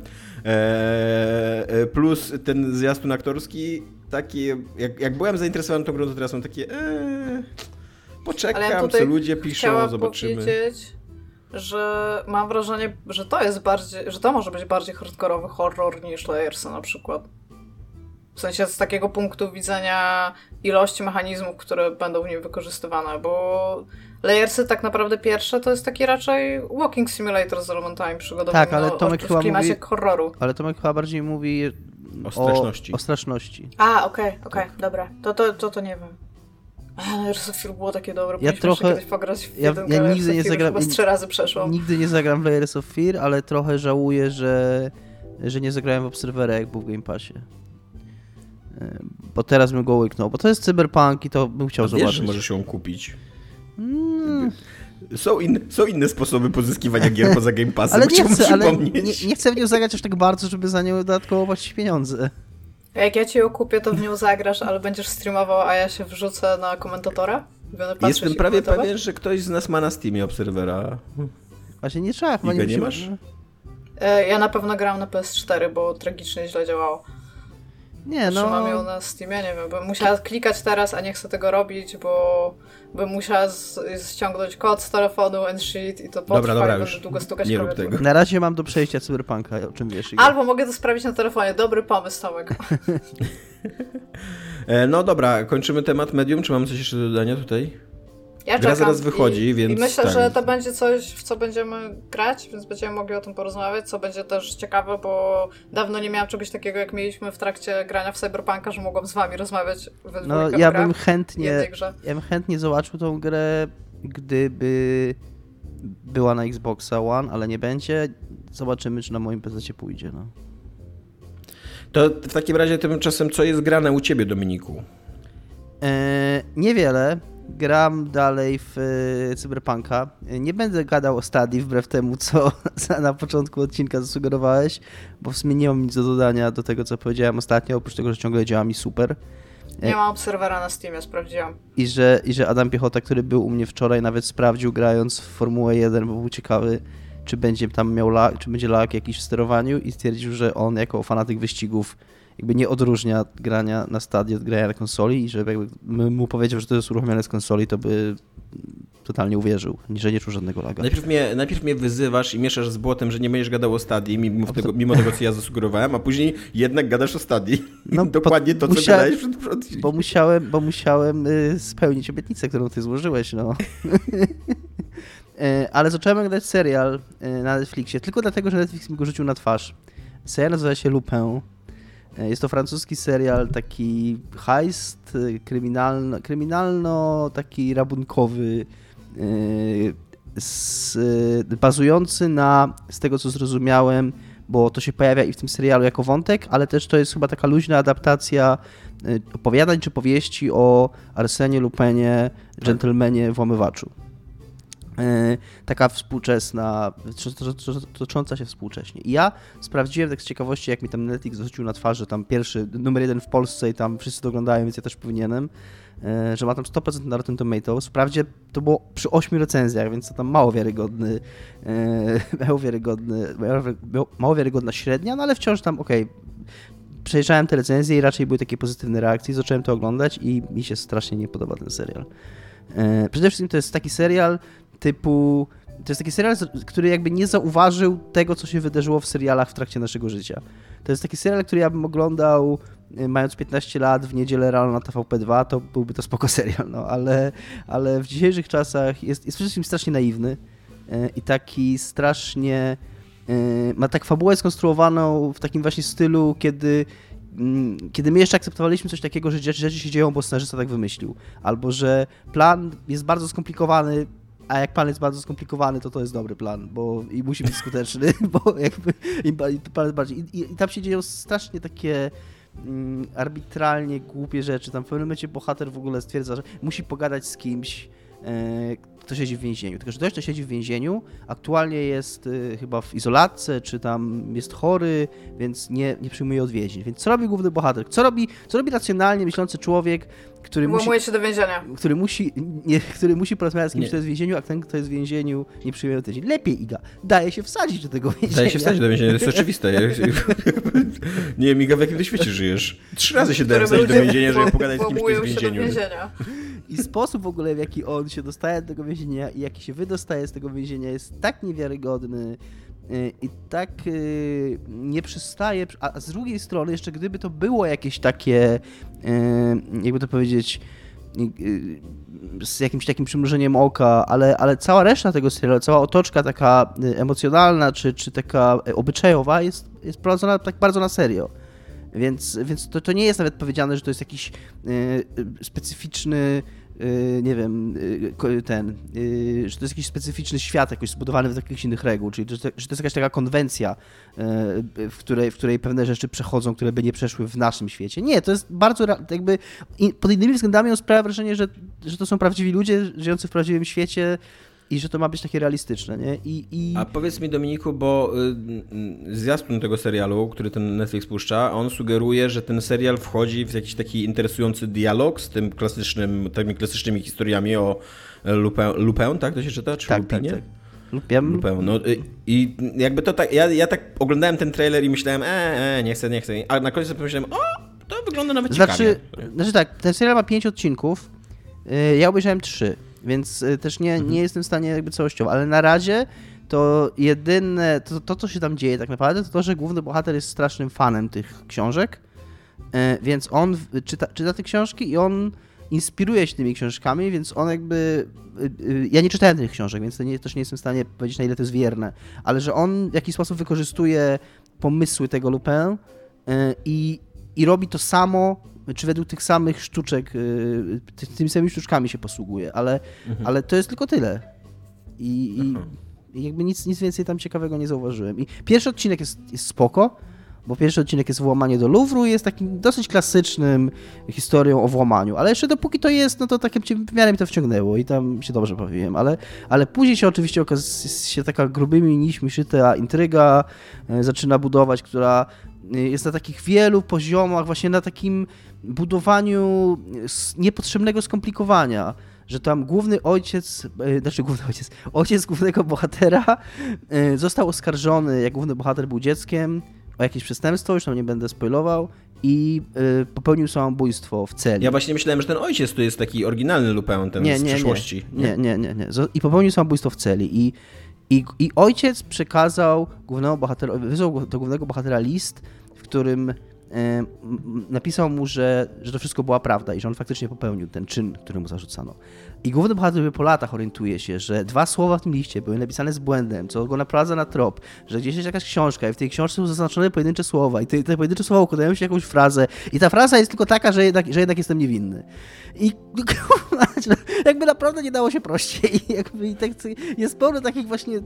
B: plus ten zwiastun aktorski, taki, jak byłem zainteresowany tą grą, to teraz mam takie, poczekam, co ludzie piszą, zobaczymy.
C: Że mam wrażenie, że to może być bardziej hardkorowy horror niż Layersy na przykład. W sensie z takiego punktu widzenia ilości mechanizmów, które będą w nim wykorzystywane, bo Layersy tak naprawdę pierwsze to jest taki raczej walking simulator z elementami przygodowymi.
D: Tak, ale Tomek chyba mówi
C: horroru.
D: Ale Tomek chyba bardziej mówi o straszności.
C: Okej, dobra. To nie wiem. Layers of Fear było takie dobre.
D: Ja
C: kiedyś pograć w ja nigdy nie zagram. Chyba 3 razy przeszłam.
D: Nigdy nie zagram w Layers of Fear, ale trochę żałuję, że nie zagrałem w Observera, jak był w Game Passie. Bo teraz bym go łyknął. Bo to jest cyberpunk i to bym chciał zobaczyć.
B: Wiesz, że możesz ją kupić. Są inne sposoby pozyskiwania gier poza Game Passem.
D: Ale nie chcę w nią zagrać aż tak bardzo, żeby za nią dodatkowo płacić pieniądze.
C: Jak ja ci ją kupię, to w nią zagrasz, ale będziesz streamował, a ja się wrzucę na komentatora?
B: Jestem prawie pewien, że ktoś z nas ma na Steamie Obserwera.
D: Właśnie nie trzeba.
B: Iga, nie masz?
C: Ja na pewno gram na PS4, bo tragicznie źle działało.
D: Nie, no.
C: Trzymam ją na Steamie, nie wiem, bym musiała klikać teraz, a nie chcę tego robić, bo bym musiała ściągnąć kod z telefonu and shit i to potrwa i będę długo stukać
B: tego.
D: Na razie mam do przejścia Cyberpunka, o czym wiesz.
C: Albo mogę to sprawić na telefonie. Dobry pomysł, Tomek.
B: No dobra, kończymy temat Medium. Czy mam coś jeszcze do dodania tutaj?
C: Ja
B: Gra zaraz wychodzi, więc...
C: I myślę, że to będzie coś, w co będziemy grać, więc będziemy mogli o tym porozmawiać, co będzie też ciekawe, bo dawno nie miałam czegoś takiego, jak mieliśmy w trakcie grania w Cyberpunka, że mogłam z wami rozmawiać we dwójkę
D: ja
C: o grach
D: bym chętnie zobaczył tą grę, gdyby była na Xboxa One, ale nie będzie. Zobaczymy, czy na moim PC pójdzie. No.
B: To w takim razie tymczasem, co jest grane u ciebie, Dominiku?
D: Niewiele. Gram dalej w Cyberpunka. Nie będę gadał o Stadii, wbrew temu, co na początku odcinka zasugerowałeś, bo w sumie nie mam nic do dodania do tego, co powiedziałem ostatnio, oprócz tego, że ciągle działa mi super.
C: Nie mam Obserwera na Steamie, sprawdziłam.
D: I że Adam Piechota, który był u mnie wczoraj, nawet sprawdził, grając w Formułę 1, bo był ciekawy, czy będzie tam miał czy będzie lag jakiś w sterowaniu, i stwierdził, że on jako fanatyk wyścigów jakby nie odróżnia grania na Stadii od grania na konsoli, i że jakby mu powiedział, że to jest uruchomione z konsoli, to by totalnie uwierzył, że nie czuł żadnego laga.
B: Najpierw mnie wyzywasz i mieszasz z błotem, że nie będziesz gadał o Stadii, mimo tego, co ja zasugerowałem, a później jednak gadasz o Stadii. No, dokładnie to, co gadałeś przed odcinkiem.
D: Bo musiałem spełnić obietnicę, którą ty złożyłeś, no. Ale zacząłem oglądać serial na Netflixie, tylko dlatego, że Netflix mi go rzucił na twarz. Serial nazywa się Lupin. Jest to francuski serial, taki heist, kryminalno taki rabunkowy, bazujący na, z tego co zrozumiałem, bo to się pojawia i w tym serialu jako wątek, ale też to jest chyba taka luźna adaptacja opowiadań czy powieści o Arsenie Lupinie, dżentelmenie włamywaczu. Taka współczesna, tocząca się współcześnie. I ja sprawdziłem tak z ciekawości, jak mi tam Netflix zarzucił na twarz, że tam pierwszy, numer 1 w Polsce i tam wszyscy to oglądają, więc ja też powinienem, że ma tam 100% na Rotten Tomatoes. Wprawdzie to było przy 8 recenzjach, więc to tam mało wiarygodna średnia, no ale wciąż tam Przejrzałem te recenzje i raczej były takie pozytywne reakcje, zacząłem to oglądać i mi się strasznie nie podoba ten serial. Przede wszystkim to jest taki serial typu... To jest taki serial, który jakby nie zauważył tego, co się wydarzyło w serialach w trakcie naszego życia. To jest taki serial, który ja bym oglądał mając 15 lat w niedzielę rano na TVP2, to byłby to spoko serial, no, ale w dzisiejszych czasach jest przede wszystkim strasznie naiwny i taki strasznie... Ma tak fabułę skonstruowaną w takim właśnie stylu, kiedy my jeszcze akceptowaliśmy coś takiego, że rzeczy się dzieją, bo scenarzysta tak wymyślił. Albo że plan jest bardzo skomplikowany, a jak plan jest bardzo skomplikowany, to jest dobry plan, i musi być skuteczny, bo jakby plan jest bardziej... I tam się dzieją strasznie takie arbitralnie głupie rzeczy. Tam w pewnym momencie bohater w ogóle stwierdza, że musi pogadać z kimś, kto siedzi w więzieniu. Tylko, że ktoś, kto siedzi w więzieniu, aktualnie jest chyba w izolatce, czy tam jest chory, więc nie przyjmuje odwiedzin. Więc co robi główny bohater? Co robi racjonalnie myślący człowiek, który
C: włamuje się do więzienia.
D: Który musi porozmawiać z kimś, kto jest w więzieniu, a ten, kto jest w więzieniu, nie przyjmuje odwiedzin. Lepiej, Iga, daje się wsadzić do tego więzienia.
B: Daje się wsadzić do więzienia, to jest oczywiste. Nie wiem, Iga, w jakim ty świecie żyjesz? 3 razy się dałem wsadzić do więzienia, żeby pogadać z kimś, kto jest w więzieniu.
D: I sposób w ogóle, w jaki on się dostaje do tego więzienia i jaki się wydostaje z tego więzienia, jest tak niewiarygodny i tak nie przystaje, a z drugiej strony jeszcze gdyby to było jakieś takie, jakby to powiedzieć, z jakimś takim przymrużeniem oka, ale cała reszta tego serialu, cała otoczka taka emocjonalna czy taka obyczajowa jest prowadzona tak bardzo na serio. Więc to nie jest nawet powiedziane, że to jest jakiś specyficzny, nie wiem, że to jest jakiś specyficzny świat jakoś zbudowany w jakichś innych reguł, czyli że to jest jakaś taka konwencja, w której pewne rzeczy przechodzą, które by nie przeszły w naszym świecie. Nie, to jest bardzo jakby pod innymi względami on sprawia wrażenie, że to są prawdziwi ludzie żyjący w prawdziwym świecie, i że to ma być takie realistyczne, nie?
B: A powiedz mi, Dominiku, bo zwiastun tego serialu, który ten Netflix puszcza, on sugeruje, że ten serial wchodzi w jakiś taki interesujący dialog z tymi klasycznymi historiami o Lupin, tak to się czyta? Czy Lupinie?
D: Tak.
B: Lupin. No i jakby to tak, ja tak oglądałem ten trailer i myślałem, nie chcę, a na końcu sobie pomyślałem, to wygląda nawet ciekawie.
D: Znaczy tak, ten serial ma 5 odcinków, ja obejrzałem 3, więc też nie jestem w stanie jakby całościowo, ale na razie to jedyne, to co się tam dzieje tak naprawdę, to że główny bohater jest strasznym fanem tych książek, więc on czyta te książki i on inspiruje się tymi książkami, więc on jakby... Ja nie czytałem tych książek, więc też nie jestem w stanie powiedzieć, na ile to jest wierne, ale że on w jakiś sposób wykorzystuje pomysły tego Lupin i robi to samo, czy według tych samych sztuczek, tymi samymi sztuczkami się posługuje, ale to jest tylko tyle. I jakby nic więcej tam ciekawego nie zauważyłem. I pierwszy odcinek jest spoko, bo pierwszy odcinek jest włamanie do Louvru i jest takim dosyć klasycznym historią o włamaniu, ale jeszcze dopóki to jest, no to takim w miarę mi to wciągnęło i tam się dobrze bawiłem, ale później się oczywiście się taka grubymi nićmi szyta intryga zaczyna budować, która jest na takich wielu poziomach, właśnie na takim budowaniu niepotrzebnego skomplikowania, że tam ojciec głównego bohatera został oskarżony, jak główny bohater był dzieckiem, o jakieś przestępstwo, już tam nie będę spoilował, i popełnił samobójstwo w celi.
B: Ja właśnie myślałem, że ten ojciec to jest taki oryginalny Lupin, z przyszłości.
D: Nie. I popełnił samobójstwo w celi. I ojciec przekazał wysłał do głównego bohatera list, w którym napisał mu, że to wszystko była prawda i że on faktycznie popełnił ten czyn, który mu zarzucano. I główny bohater po latach orientuje się, że 2 słowa w tym liście były napisane z błędem, co go naprowadza na trop, że gdzieś jest jakaś książka i w tej książce są zaznaczone pojedyncze słowa i te pojedyncze słowa układają się w jakąś frazę i ta fraza jest tylko taka, że jednak jestem niewinny. I jakby naprawdę nie dało się prościej. I tak jest pełno takich właśnie,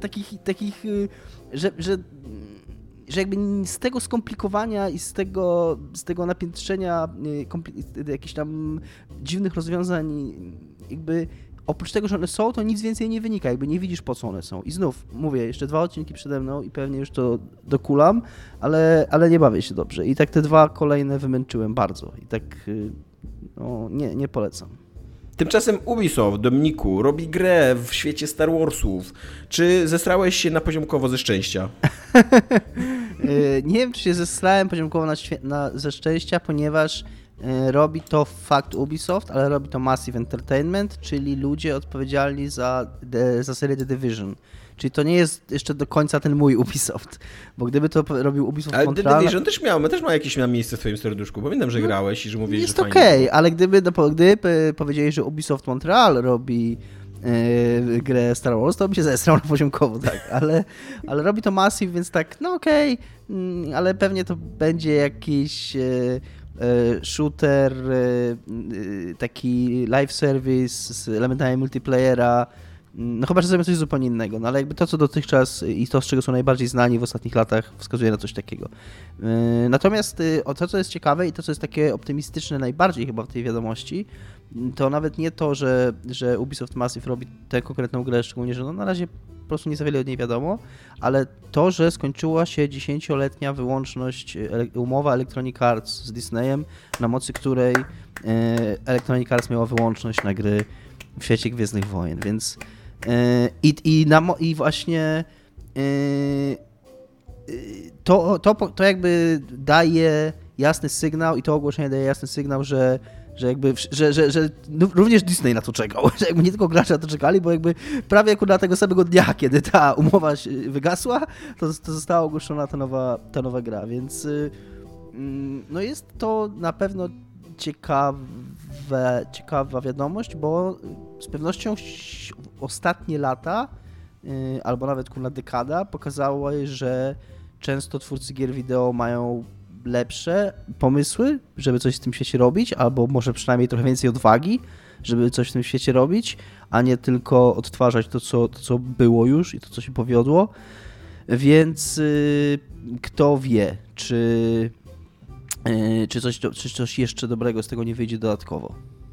D: że jakby z tego skomplikowania i z tego napiętrzenia jakichś tam dziwnych rozwiązań, jakby oprócz tego, że one są, to nic więcej nie wynika, jakby nie widzisz, po co one są. I znów, mówię, jeszcze 2 odcinki przede mną i pewnie już to dokulam, ale nie bawię się dobrze. I tak te 2 kolejne wymęczyłem bardzo. I tak nie polecam.
B: Tymczasem Ubisoft, Dominiku, robi grę w świecie Star Warsów. Czy zesrałeś się na poziomkowo ze szczęścia?
D: Nie wiem, czy się zesrałem poziomkowo ze szczęścia, ponieważ robi to fakt Ubisoft, ale robi to Massive Entertainment, czyli ludzie odpowiedzialni za serię The Division. Czyli to nie jest jeszcze do końca ten mój Ubisoft, bo gdyby to robił Ubisoft Montreal...
B: Ale The Division też ma jakieś miejsce w twoim serduszku. Pamiętam, że grałeś i że mówiłeś,
D: jest
B: że fajnie.
D: Jest okej, ale gdyby powiedzieli, że Ubisoft Montreal robi grę Star Wars, to bym się zesrał na poziomkowo, tak, ale robi to Massive, więc tak, no okej, ale pewnie to będzie jakiś shooter, taki live service z elementami multiplayera, no chyba, że zrobią coś zupełnie innego, no ale jakby to, co dotychczas i to, z czego są najbardziej znani w ostatnich latach, wskazuje na coś takiego. Natomiast to, co jest ciekawe i to, co jest takie optymistyczne najbardziej chyba w tej wiadomości, to nawet nie to, że Ubisoft Massive robi tę konkretną grę, szczególnie, że na razie po prostu nie za wiele od niej wiadomo, ale to, że skończyła się 10-letnia wyłączność umowa Electronic Arts z Disneyem, na mocy której Electronic Arts miała wyłączność na gry w świecie Gwiezdnych Wojen, więc i właśnie to jakby daje jasny sygnał i to ogłoszenie daje jasny sygnał, że no, również Disney na to czekał, że jakby nie tylko gracze na to czekali, bo jakby prawie akurat tego samego dnia, kiedy ta umowa wygasła, to została ogłoszona ta nowa gra, więc no jest to na pewno ciekawa wiadomość, bo z pewnością ostatnie lata, albo nawet dekada pokazały, że często twórcy gier wideo mają lepsze pomysły, żeby coś w tym świecie robić, albo może przynajmniej trochę więcej odwagi, żeby coś w tym świecie robić, a nie tylko odtwarzać to, co było już i to, co się powiodło. Więc kto wie, czy coś jeszcze dobrego z tego nie wyjdzie dodatkowo.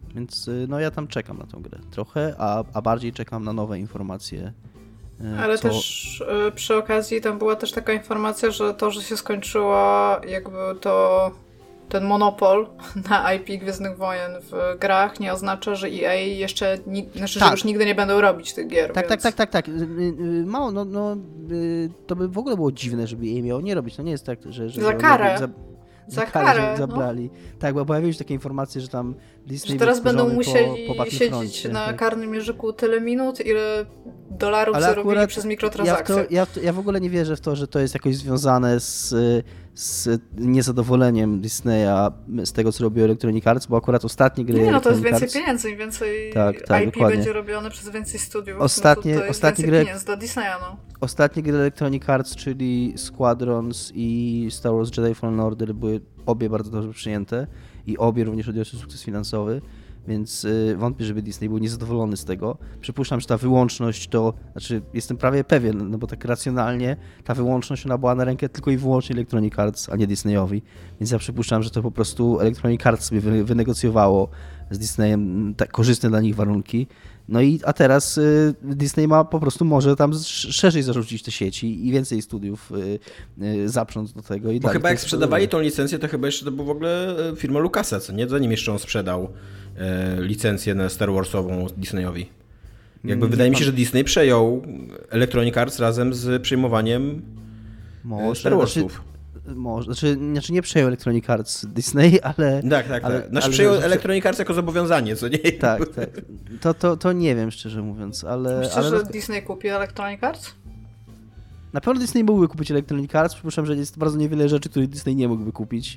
D: Więc no ja tam czekam na tą grę trochę, a bardziej czekam na nowe informacje.
C: Ale też przy okazji tam była też taka informacja, że to, że się skończyła jakby ten monopol na IP Gwiezdnych Wojen w grach nie oznacza, że EA jeszcze, że już nigdy nie będą robić tych gier.
D: Tak,
C: więc...
D: tak. Mało, to by w ogóle było dziwne, żeby EA miało nie robić. To nie jest tak, że
C: za karę. Za karę
D: zabrali. No. Tak, bo pojawiły się takie informacje, że tam Disney
C: że teraz będą musieli
D: po
C: siedzieć na karnym mierzyku tyle minut, ile dolarów zarobili przez mikrotransakcje.
D: Ja w ogóle nie wierzę w to, że to jest jakoś związane z niezadowoleniem Disneya z tego, co robił Electronic Arts, bo akurat ostatnie gry
C: to jest więcej pieniędzy, więcej IP dokładnie. Będzie robione przez więcej studiów.
D: Ostatnie gry
C: pieniędzy dla Disneya,
D: Ostatnie gry Electronic Arts, czyli Squadrons i Star Wars Jedi Fallen Order były obie bardzo dobrze przyjęte i obie również odniosły sukces finansowy, więc wątpię, żeby Disney był niezadowolony z tego. Przypuszczam, że ta wyłączność jestem prawie pewien, no bo tak racjonalnie ta wyłączność ona była na rękę tylko i wyłącznie Electronic Arts, a nie Disneyowi, więc ja przypuszczam, że to po prostu Electronic Arts sobie wynegocjowało z Disneyem korzystne dla nich warunki. No a teraz Disney może tam szerzej zarzucić te sieci i więcej studiów zaprząc do tego.
B: Bo chyba jak sprzedawali tą licencję, to chyba jeszcze to był w ogóle firma Lucasa, co nie? Zanim jeszcze on sprzedał licencję na Star Warsową Disneyowi. Wydaje mi się, że Disney przejął Electronic Arts razem z przejmowaniem Star Warsów.
D: Znaczy nie przejął Electronic Arts Disney, ale...
B: Tak. Przejął Electronic Arts jako zobowiązanie, co nie?
D: Tak. To nie wiem, szczerze mówiąc, ale...
C: Myślisz, że Disney kupi Electronic Arts?
D: Na pewno Disney mógłby kupić Electronic Arts. Przypuszczam, że jest bardzo niewiele rzeczy, których Disney nie mógłby kupić.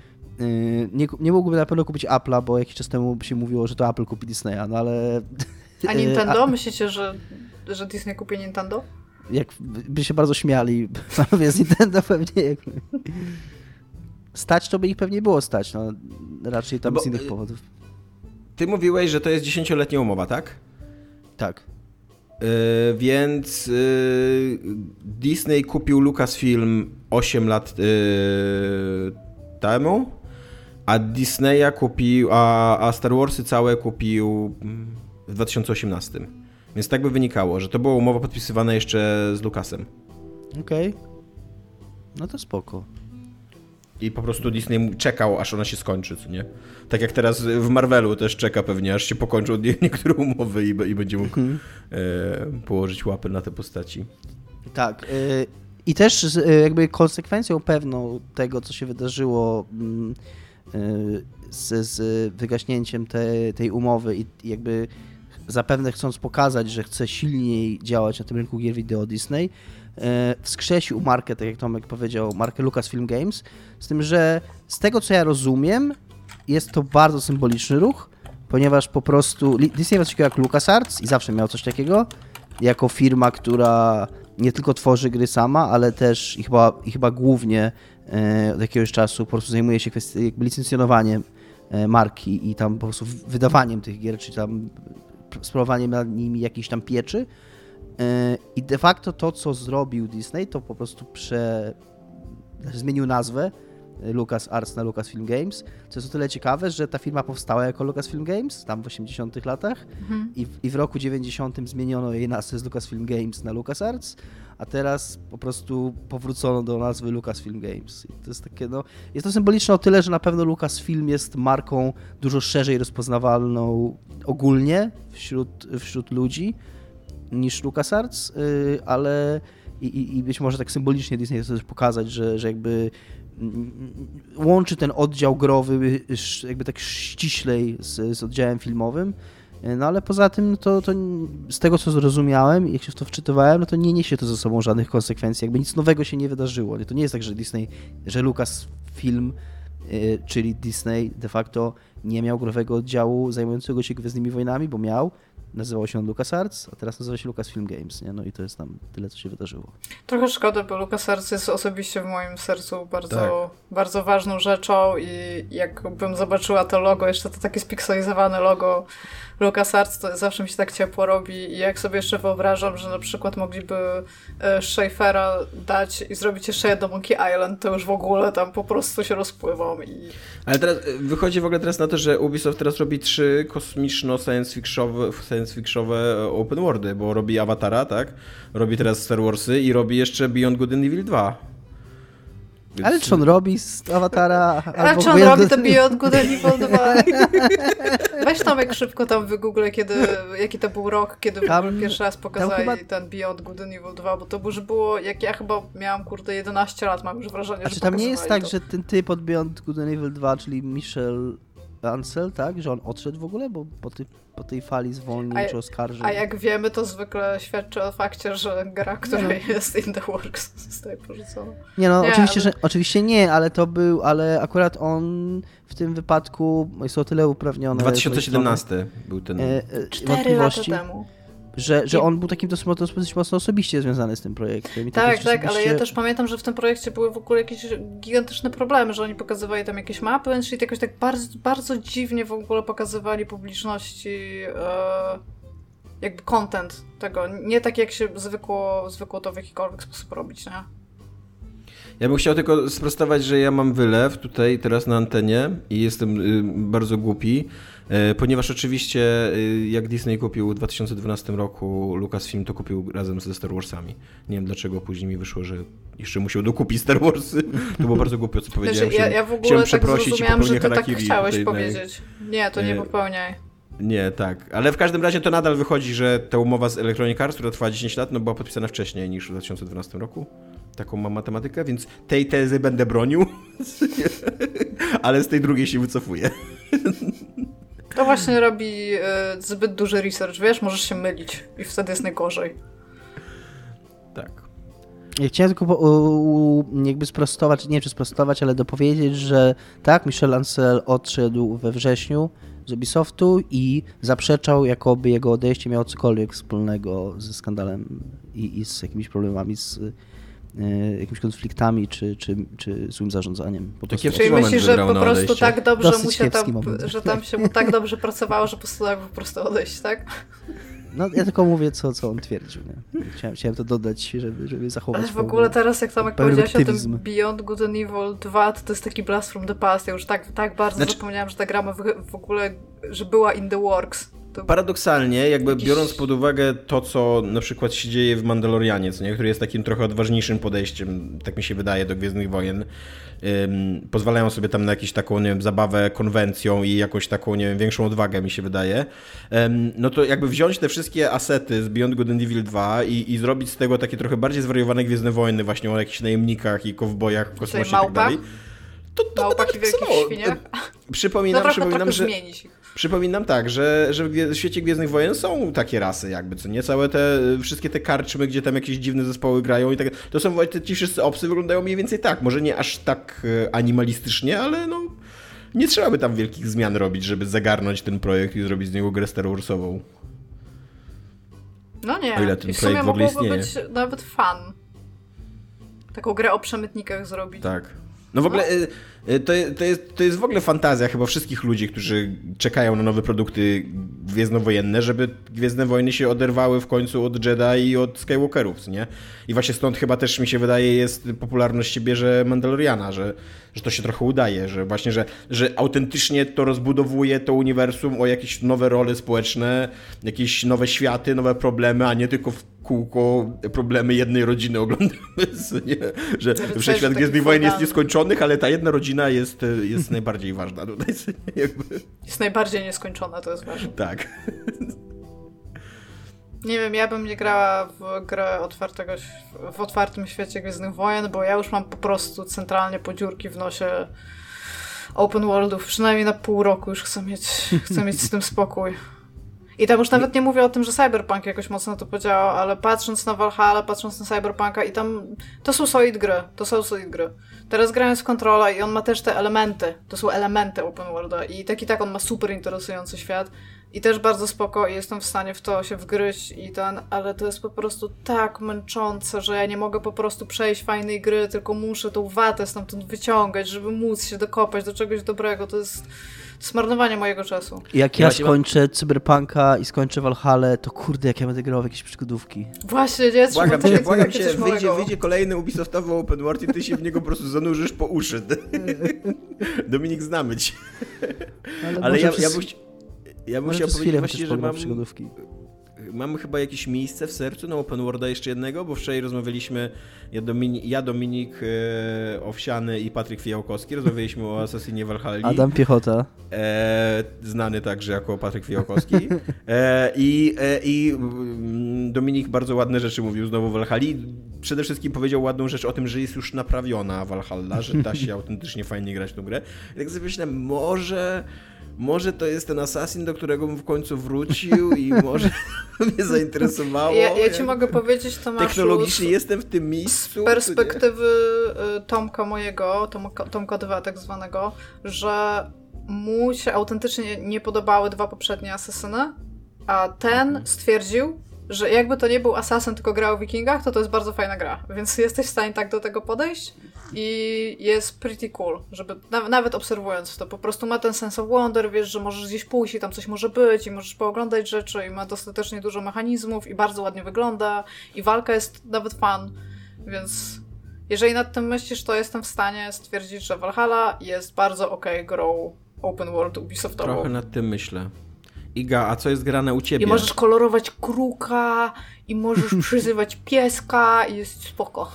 D: Nie mógłby na pewno kupić Apple'a, bo jakiś czas temu się mówiło, że to Apple kupi Disneya, no ale...
C: A Nintendo? Myślicie, że Disney kupi Nintendo?
D: By się bardzo śmiali panowie z Nintendo pewnie. Stać to by ich pewnie było stać, raczej tam z innych powodów.
B: Ty mówiłeś, że to jest 10-letnia umowa, tak?
D: Tak.
B: Więc Disney kupił Lucasfilm 8 lat temu, a Disneya kupił, a Star Warsy całe kupił w 2018. Więc tak by wynikało, że to była umowa podpisywana jeszcze z Lucasem.
D: Okej. No to spoko.
B: I po prostu Disney czekał, aż ona się skończy, co nie? Tak jak teraz w Marvelu też czeka pewnie, aż się pokończą niektóre umowy i będzie mógł położyć łapy na te postaci. Tak.
D: I też jakby konsekwencją pewną tego, co się wydarzyło z wygaśnięciem tej umowy i jakby zapewne chcąc pokazać, że chce silniej działać na tym rynku gier wideo Disney, wskrzesił markę, tak jak Tomek powiedział, markę Lucasfilm Games, z tym, że z tego, co ja rozumiem, jest to bardzo symboliczny ruch, ponieważ po prostu Disney ma coś takiego jak LucasArts i zawsze miał coś takiego, jako firma, która nie tylko tworzy gry sama, ale też i chyba głównie od jakiegoś czasu po prostu zajmuje się jakby licencjonowaniem marki i tam po prostu wydawaniem tych gier, czy tam sprawowaniem nad nimi jakiejś tam pieczy. I de facto to, co zrobił Disney, to po prostu zmienił nazwę LucasArts na Lucasfilm Games, co jest o tyle ciekawe, że ta firma powstała jako Lucasfilm Games tam w 80 latach i w roku 90 zmieniono jej nazwę z Lucasfilm Games na LucasArts, a teraz po prostu powrócono do nazwy Lucasfilm Games. I to jest takie, jest to symboliczne o tyle, że na pewno Lucasfilm jest marką dużo szerzej rozpoznawalną ogólnie wśród ludzi niż LucasArts, ale i być może tak symbolicznie Disney chce też pokazać, że jakby łączy ten oddział growy jakby tak ściślej z oddziałem filmowym, ale poza tym to z tego, co zrozumiałem i jak się w to wczytywałem, to nie niesie to ze sobą żadnych konsekwencji, jakby nic nowego się nie wydarzyło. To nie jest tak, że Lucasfilm, czyli Disney de facto nie miał growego oddziału zajmującego się Gwiezdnymi Wojnami, bo miał. nazywał się on LucasArts, a teraz nazywa się Lucasfilm Games, nie? No i to jest tam tyle, co się wydarzyło.
C: Trochę szkoda, bo LucasArts jest osobiście w moim sercu bardzo ważną rzeczą i jakbym zobaczyła to logo, jeszcze to takie spikselizowane logo LucasArts, to zawsze mi się tak ciepło robi i jak sobie jeszcze wyobrażam, że na przykład mogliby Schaeffera dać i zrobić jeszcze jedno Monkey Island, to już w ogóle tam po prostu się rozpływam.
B: Ale teraz wychodzi w ogóle teraz na to, że Ubisoft teraz robi 3 science fictionowe open worldy, bo robi Awatara, tak? Robi teraz Star Warsy i robi jeszcze Beyond Good and Evil 2.
D: Więc... Ale czy on robi z Awatara?
C: Ale czy on robi to Beyond Good and Evil 2? Weź Tomek szybko tam wygooglę, jaki to był rok, kiedy pierwszy raz pokazali ten Beyond Good and Evil 2, bo to już było, jak ja chyba miałam 11 lat, mam już wrażenie, że
D: tam nie jest tak, że ten typ od Beyond Good and Evil 2, czyli Michel Ancel, tak? Że on odszedł w ogóle, bo po tej fali zwolnień czy oskarżeń.
C: A jak wiemy, to zwykle świadczy o fakcie, że gra, która jest in the works, zostaje porzucona.
D: Oczywiście nie, ale akurat on w tym wypadku jest o tyle uprawniony.
B: 2017 był ten...
C: 4 lata temu.
D: Że on był takim dosyć mocno osobiście związany z tym projektem. I
C: tak, ale ja też pamiętam, że w tym projekcie były w ogóle jakieś gigantyczne problemy, że oni pokazywali tam jakieś mapy, czyli jakoś tak bardzo, bardzo dziwnie w ogóle pokazywali publiczności jakby content tego. Nie tak jak się zwykło to w jakikolwiek sposób robić, nie?
B: Ja bym chciał tylko sprostować, że ja mam wylew tutaj teraz na antenie i jestem bardzo głupi, ponieważ oczywiście jak Disney kupił w 2012 roku Lucasfilm, to kupił razem ze Star Warsami. Nie wiem dlaczego później mi wyszło, że jeszcze musiał dokupić Star Warsy. To było bardzo głupio, co powiedziałem.
C: Ja w ogóle tak zrozumiałam, że ty tak chciałeś powiedzieć. Nie, to nie popełniaj.
B: Nie, tak. Ale w każdym razie to nadal wychodzi, że ta umowa z Electronic Arts, która trwała 10 lat, była podpisana wcześniej niż w 2012 roku. Taką mam matematykę, więc tej tezy będę bronił, ale z tej drugiej się wycofuję.
C: To właśnie robi zbyt duży research, wiesz, możesz się mylić i wtedy jest najgorzej.
B: Tak.
D: Ja chciałem tylko jakby sprostować, nie wiem czy sprostować, ale dopowiedzieć, że tak, Michel Ancel odszedł we wrześniu z Ubisoftu i zaprzeczał, jakoby jego odejście miało cokolwiek wspólnego ze skandalem i z jakimiś problemami, z jakimiś konfliktami czy złym zarządzaniem.
C: Czyli myślisz, że po prostu tak dobrze mu się że tam się mu tak dobrze pracowało, że postanowił po prostu odejść, tak?
D: No ja tylko mówię, co on twierdził. Nie? Chciałem to dodać, żeby zachować.
C: Ale w ogóle teraz, jak Tomek powiedziałeś o tym Beyond Good and Evil 2, to jest taki blast from the past. Ja już tak bardzo zapomniałam, że ta gra w ogóle, że była in the works.
B: Paradoksalnie, jakby biorąc pod uwagę to, co na przykład się dzieje w Mandalorianie, który jest takim trochę odważniejszym podejściem, tak mi się wydaje, do Gwiezdnych Wojen, pozwalają sobie tam na jakąś taką, nie wiem, zabawę konwencją i jakąś taką, nie wiem, większą odwagę, mi się wydaje, no to jakby wziąć te wszystkie asety z Beyond Good and Evil 2 i zrobić z tego takie trochę bardziej zwariowane Gwiezdne Wojny, właśnie o jakichś najemnikach i kowbojach w kosmosie i tak dalej.
C: Małpaki w wielkich świniach?
B: Przypominam tak, że w świecie Gwiezdnych Wojen są takie rasy jakby, co nie? Całe wszystkie te karczmy, gdzie tam jakieś dziwne zespoły grają i tak. To są ci wszyscy obcy wyglądają mniej więcej tak. Może nie aż tak animalistycznie, ale no nie trzeba by tam wielkich zmian robić, żeby zagarnąć ten projekt i zrobić z niego grę Star Warsową.
C: No nie,
B: o ile ten
C: i w sumie
B: mogłoby
C: istnieje. Być nawet fun. Taką grę o przemytnikach zrobić.
B: Tak. No w ogóle to jest w ogóle fantazja chyba wszystkich ludzi, którzy czekają na nowe produkty gwiezdnowojenne, żeby Gwiezdne Wojny się oderwały w końcu od Jedi i od Skywalkerów, nie? I właśnie stąd chyba też mi się wydaje popularność się bierze Mandaloriana, że to się trochę udaje, że właśnie, że autentycznie to rozbudowuje to uniwersum o jakieś nowe role społeczne, jakieś nowe światy, nowe problemy, a nie tylko w kółko problemy jednej rodziny oglądamy, nie? Że wszechświat Gwiezdnych Wojen jest nieskończonych, ale ta jedna rodzina jest najbardziej ważna tutaj. Jakby.
C: Jest najbardziej nieskończona, to jest ważne.
B: Tak.
C: Nie wiem, ja bym nie grała w grę w otwartym świecie Gwiezdnych Wojen, bo ja już mam po prostu centralnie po dziurki w nosie open worldów, przynajmniej na pół roku już chcę mieć z tym spokój. I tam już nawet nie mówię o tym, że Cyberpunk jakoś mocno to podziałał, ale patrząc na Valhalla, patrząc na Cyberpunka i tam to są solid gry. Teraz grając w Controla i on ma też te elementy, to są elementy open worlda i tak on ma super interesujący świat, I też bardzo spoko i jestem w stanie w to się wgryźć ale to jest po prostu tak męczące, że ja nie mogę po prostu przejść fajnej gry, tylko muszę tą watę stamtąd wyciągać, żeby móc się dokopać do czegoś dobrego. To jest zmarnowanie mojego czasu.
D: Jak ja skończę Cyberpunka i skończę Valhalla, to kurde, jak ja będę grał w jakieś przygodówki.
C: Właśnie, nie?
B: Błagam cię, wyjdzie kolejny Ubisoftowy open world i ty się w niego po prostu zanurzysz po uszy. Dominik, znamy cię. Ale ja bym chciał powiedzieć właśnie, że mam chyba jakieś miejsce w sercu na open worlda jeszcze jednego, bo wczoraj rozmawialiśmy, Dominik Owsiany i Patryk Fijałkowski, rozmawialiśmy o Assassinie Valhalli.
D: Adam Piechota.
B: Znany także jako Patryk Fijałkowski. I Dominik bardzo ładne rzeczy mówił znowu o Valhalli. Przede wszystkim powiedział ładną rzecz o tym, że jest już naprawiona Valhalla, że da się autentycznie fajnie grać w tę grę. I tak sobie myślałem, może to jest ten Assassin, do którego bym w końcu wrócił i może mnie zainteresowało.
C: Ja ci mogę powiedzieć, Tomaszu,
B: technologicznie jestem w tym miejscu.
C: Z perspektywy Tomka mojego, Tomka 2 tak zwanego, że mu się autentycznie nie podobały 2 poprzednie Assassiny, a ten stwierdził, że jakby to nie był Assassin, tylko grał o Wikingach, to jest bardzo fajna gra. Więc jesteś w stanie tak do tego podejść i jest pretty cool, żeby nawet obserwując to, po prostu ma ten sense of wonder, wiesz, że możesz gdzieś pójść i tam coś może być i możesz pooglądać rzeczy i ma dostatecznie dużo mechanizmów i bardzo ładnie wygląda i walka jest nawet fun, więc jeżeli nad tym myślisz, to jestem w stanie stwierdzić, że Valhalla jest bardzo okej grą open world Ubisoftową.
B: Trochę nad tym myślę. Iga, a co jest grane u ciebie?
C: I możesz kolorować kruka, i możesz przyzywać pieska, i jest spoko.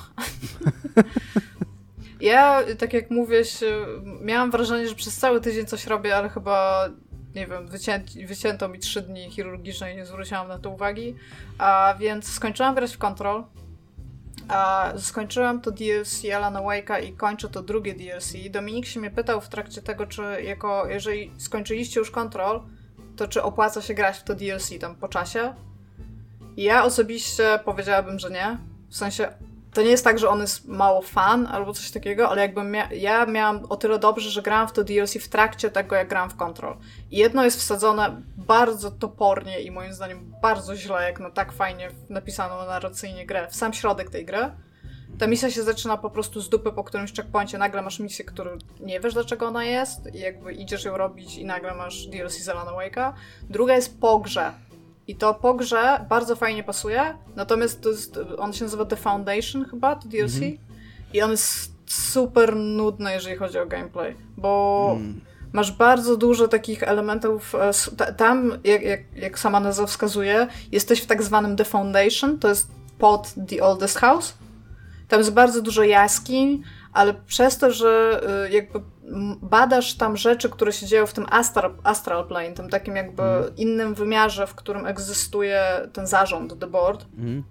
C: Ja, tak jak mówię, miałam wrażenie, że przez cały tydzień coś robię, ale chyba, nie wiem, wycięto mi 3 dni chirurgiczne i nie zwróciłam na to uwagi. A więc skończyłam grać w Control. Skończyłam to DLC Alana Wake'a i kończę to drugie DLC. Dominik się mnie pytał w trakcie tego, czy jeżeli skończyliście już Control, to czy opłaca się grać w to DLC tam po czasie? I ja osobiście powiedziałabym, że nie. W sensie, to nie jest tak, że on jest mało fan albo coś takiego, ale jakbym ja miałam o tyle dobrze, że grałam w to DLC w trakcie tego, jak grałam w Control. I jedno jest wsadzone bardzo topornie i moim zdaniem bardzo źle, jak na tak fajnie napisaną narracyjnie grę, w sam środek tej gry. Ta misja się zaczyna po prostu z dupy po którymś checkpoincie. Nagle masz misję, którą nie wiesz, dlaczego ona jest i jakby idziesz ją robić i nagle masz DLC z Alana Wake'a. Druga jest po grze. I to po grze bardzo fajnie pasuje, natomiast on się nazywa The Foundation chyba, to DLC. I on jest super nudny, jeżeli chodzi o gameplay, bo masz bardzo dużo takich elementów. Tam, jak sama nazwa wskazuje, jesteś w tak zwanym The Foundation, to jest pod The Oldest House. Tam jest bardzo dużo jaskiń, ale przez to, że jakby badasz tam rzeczy, które się dzieją w tym astral plane, tym takim jakby innym wymiarze, w którym egzystuje ten zarząd, The Board,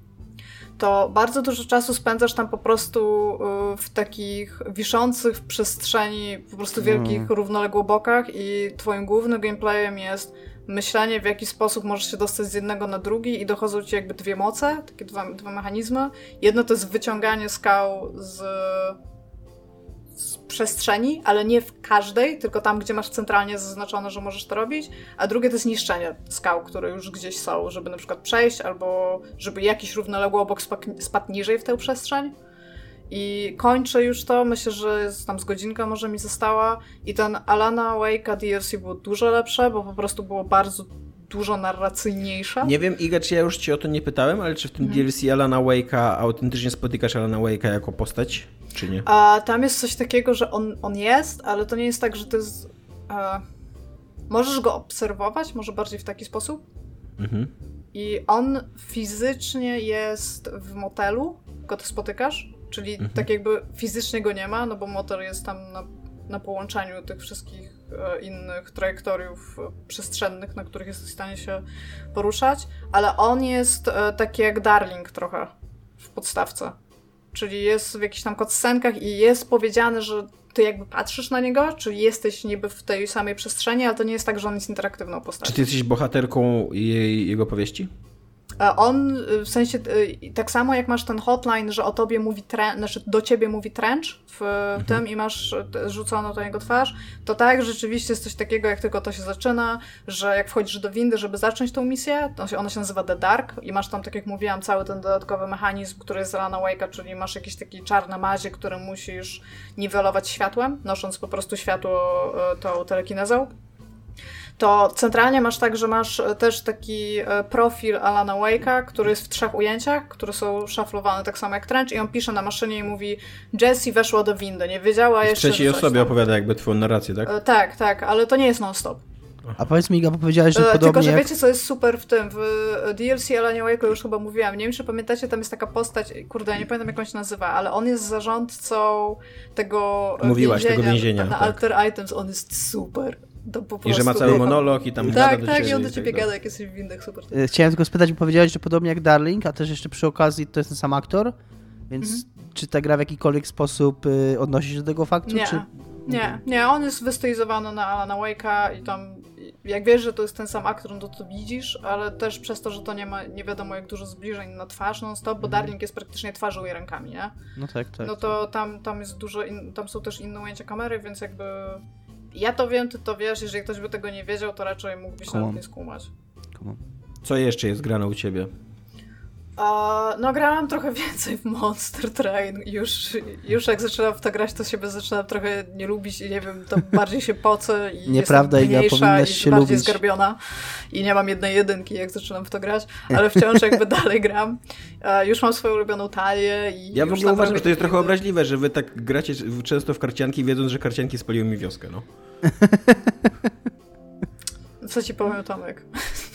C: to bardzo dużo czasu spędzasz tam po prostu w takich wiszących w przestrzeni po prostu wielkich, równoległo bokach i twoim głównym gameplayem jest myślenie, w jaki sposób możesz się dostać z jednego na drugi i dochodzą ci jakby 2 moce, takie dwa mechanizmy. Jedno to jest wyciąganie skał z przestrzeni, ale nie w każdej, tylko tam, gdzie masz centralnie zaznaczone, że możesz to robić, a drugie to jest niszczenie skał, które już gdzieś są, żeby na przykład przejść, albo żeby jakiś równoległy obok spadł niżej w tę przestrzeń. I kończę już to, myślę, że jest tam z godzinka może mi została i ten Alana Wake'a DLC było dużo lepsze, bo po prostu było bardzo dużo narracyjniejsze.
B: Nie wiem, Iga, czy ja już ci o to nie pytałem, ale czy w tym DLC Alana Wake'a autentycznie spotykasz Alana Wake'a jako postać, czy nie?
C: Tam jest coś takiego, że on jest, ale to nie jest tak, że to jest... możesz go obserwować, może bardziej w taki sposób. I on fizycznie jest w motelu, go to spotykasz, czyli tak jakby fizycznie go nie ma, no bo motel jest tam na połączeniu tych wszystkich innych trajektoriów przestrzennych, na których jesteś w stanie się poruszać, ale on jest taki jak Darling trochę w podstawce. Czyli jest w jakichś tam cutscenkach i jest powiedziane, że ty jakby patrzysz na niego, czyli jesteś niby w tej samej przestrzeni, ale to nie jest tak, że on jest interaktywną postacią.
B: Czy ty jesteś bohaterką jego powieści?
C: On w sensie, tak samo jak masz ten hotline, że o tobie mówi znaczy do ciebie mówi Trench w tym i masz rzuconą do niego twarz, to tak, rzeczywiście jest coś takiego, jak tylko to się zaczyna, że jak wchodzisz do windy, żeby zacząć tą misję, to ona się nazywa The Dark i masz tam, tak jak mówiłam, cały ten dodatkowy mechanizm, który jest z Alana Wake'a, czyli masz jakieś takie czarne mazie, które musisz niwelować światłem, nosząc po prostu światło tą telekinezą. To centralnie masz tak, że masz też taki profil Alana Wake'a, który jest w 3 ujęciach, które są szaflowane tak samo jak Trench i on pisze na maszynie i mówi Jessie weszła do windy, nie wiedziała jeszcze,
B: w trzeciej osobie opowiada jakby twoją narrację, tak?
C: Tak, ale to nie jest non-stop.
D: A powiedz mi, Iga, bo powiedziałeś, że podobnie
C: tylko, że wiecie, co jest super w tym, w DLC Alanie Wake'u już chyba mówiłam, nie wiem, czy pamiętacie, tam jest taka postać, kurde, ja nie pamiętam, jak on się nazywa, ale on jest zarządcą tego
B: więzienia
C: na
B: tak.
C: Alter Items, on jest super.
B: I że ma cały monolog i tam
C: gada do ciebie. I on do ciebie gada, jak jesteś w windach, super.
D: Chciałem tylko spytać, bo powiedziałeś, że podobnie jak Darling, a też jeszcze przy okazji to jest ten sam aktor, więc czy ta gra w jakikolwiek sposób odnosi się do tego faktu?
C: Nie, on jest wystylizowany na Alana Wake'a i tam, jak wiesz, że to jest ten sam aktor, no to widzisz, ale też przez to, że to nie ma nie wiadomo jak dużo zbliżeń na twarz non-stop, bo Darling jest praktycznie twarzą i rękami, nie?
D: No tak.
C: No to tam jest dużo, tam są też inne ujęcia kamery, więc jakby ja to wiem, ty to wiesz, jeżeli ktoś by tego nie wiedział, to raczej mógłbyś nawet nie skumać.
B: Co jeszcze jest grane u ciebie?
C: No grałam trochę więcej w Monster Train. Już jak zaczynam w to grać, to siebie zaczynam trochę nie lubić i nie wiem, to bardziej się pocę i
D: nieprawda,
C: jestem mniejsza i
D: się
C: bardziej
D: lubić.
C: Zgarbiona i nie mam jednej jedynki, jak zaczynam w to grać, ale wciąż jakby dalej gram. Już mam swoją ulubioną talię i
B: ja w ogóle uważam, że to jest trochę obraźliwe, że wy tak gracie często w karcianki, wiedząc, że karcianki spaliły mi wioskę, no.
C: Co ci powiem, Tomek?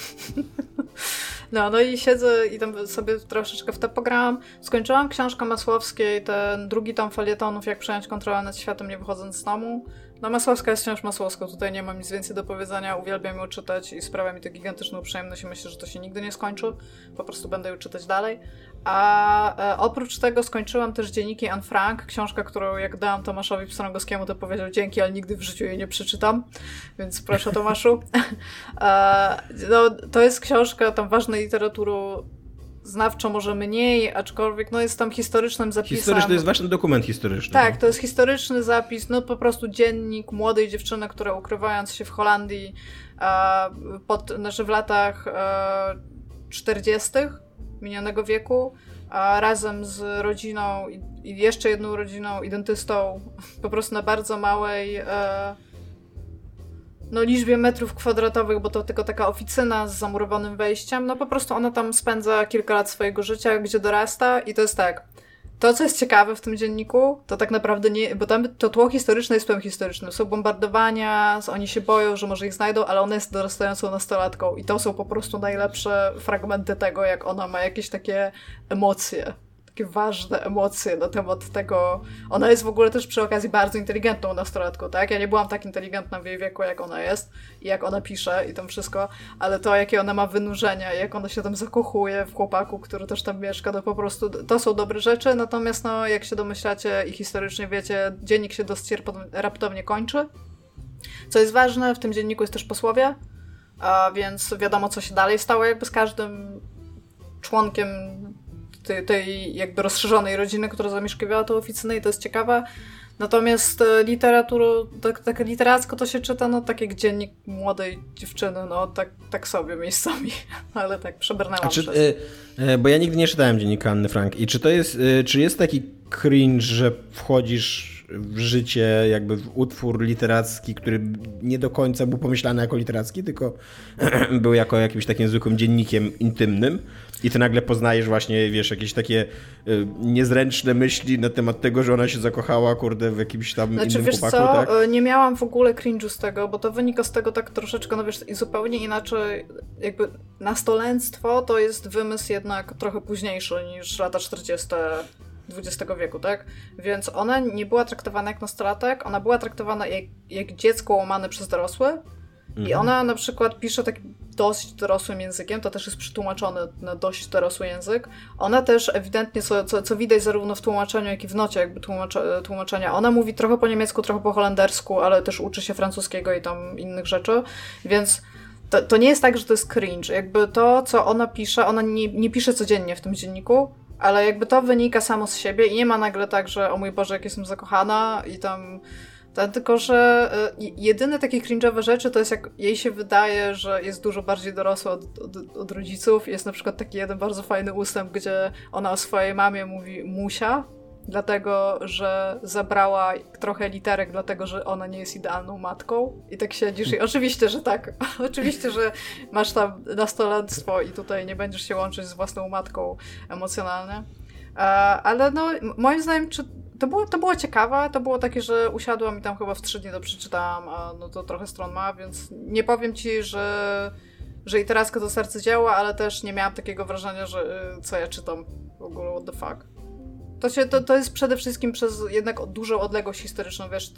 C: No i siedzę i tam sobie troszeczkę w to pograłam. Skończyłam książkę Masłowskiej, ten drugi tom felietonów, jak przejąć kontrolę nad światem, nie wychodząc z domu. No Masłowska jest wciąż Masłowską, tutaj nie mam nic więcej do powiedzenia, uwielbiam ją czytać i sprawia mi to gigantyczną przyjemność i myślę, że to się nigdy nie skończy, po prostu będę ją czytać dalej. A oprócz tego skończyłam też Dzienniki Anne Frank, książkę, którą jak dałam Tomaszowi Pstrągowskiemu, to powiedział dzięki, ale nigdy w życiu jej nie przeczytam, więc proszę Tomaszu. No, to jest książka tam ważnej literatury, znawczo może mniej, aczkolwiek no jest tam historycznym zapisem.
B: Historyczny jest ważny dokument historyczny.
C: Tak, to jest historyczny zapis, no po prostu dziennik młodej dziewczyny, która ukrywając się w Holandii znaczy w latach 40. minionego wieku, razem z rodziną i jeszcze jedną rodziną i dentystą, po prostu na bardzo małej liczbie metrów kwadratowych, bo to tylko taka oficyna z zamurowanym wejściem, no po prostu ona tam spędza kilka lat swojego życia, gdzie dorasta i to jest tak. To, co jest ciekawe w tym dzienniku, to tak naprawdę nie, bo tam to tło historyczne jest tłem historycznym. Są bombardowania, oni się boją, że może ich znajdą, ale ona jest dorastającą nastolatką i to są po prostu najlepsze fragmenty tego, jak ona ma jakieś takie emocje. Takie ważne emocje na temat tego. Ona jest w ogóle też przy okazji bardzo inteligentną nastolatką, tak? Ja nie byłam tak inteligentna w jej wieku, jak ona jest i jak ona pisze i tam wszystko, ale to, jakie ona ma wynurzenia, jak ona się tam zakochuje w chłopaku, który też tam mieszka, to po prostu to są dobre rzeczy, natomiast no, jak się domyślacie i historycznie wiecie, dziennik się dosyć raptownie kończy. Co jest ważne, w tym dzienniku jest też posłowie, więc wiadomo, co się dalej stało jakby z każdym członkiem tej jakby rozszerzonej rodziny, która zamieszkiwała tę oficynę i to jest ciekawe. Natomiast tak literacko to się czyta, no tak jak dziennik młodej dziewczyny, no tak sobie miejscami, ale tak przebrnęłam przez.
B: Bo ja nigdy nie czytałem dziennika Anny Frank i czy jest taki cringe, że wchodzisz w życie jakby w utwór literacki, który nie do końca był pomyślany jako literacki, tylko był jako jakimś takim zwykłym dziennikiem intymnym i ty nagle poznajesz właśnie, wiesz, jakieś takie niezręczne myśli na temat tego, że ona się zakochała, kurde, w jakimś tam innym chłopaku,
C: co?
B: Tak?
C: Nie miałam w ogóle cringe'u z tego, bo to wynika z tego tak troszeczkę, no wiesz, i zupełnie inaczej, jakby nastolenstwo to jest wymysł jednak trochę późniejszy niż lata 40. XX wieku, tak? Więc ona nie była traktowana jak nastolatek, ona była traktowana jak dziecko łamane przez dorosły i ona na przykład pisze takim dość dorosłym językiem, to też jest przetłumaczone na dość dorosły język. Ona też ewidentnie, co widać zarówno w tłumaczeniu, jak i w nocie jakby tłumaczenia, ona mówi trochę po niemiecku, trochę po holendersku, ale też uczy się francuskiego i tam innych rzeczy, więc to nie jest tak, że to jest cringe. Jakby to, co ona pisze, ona nie pisze codziennie w tym dzienniku, ale jakby to wynika samo z siebie i nie ma nagle tak, że o mój Boże, jak jestem zakochana i tam... Tylko, że jedyne takie cringe'owe rzeczy to jest jak jej się wydaje, że jest dużo bardziej dorosła od rodziców. Jest na przykład taki jeden bardzo fajny ustęp, gdzie ona o swojej mamie mówi Musia, dlatego, że zabrała trochę literek, dlatego, że ona nie jest idealną matką. I tak siedzisz i oczywiście, że tak. Oczywiście, że masz tam nastolenstwo i tutaj nie będziesz się łączyć z własną matką emocjonalnie. Ale no, moim zdaniem, to było ciekawe, to było takie, że usiadłam i tam chyba w 3 dni to przeczytałam, a no to trochę stron ma, więc nie powiem ci, że i teraz to serce działa, ale też nie miałam takiego wrażenia, że co ja czytam w ogóle, what the fuck. To jest przede wszystkim przez jednak dużą odległość historyczną, wiesz,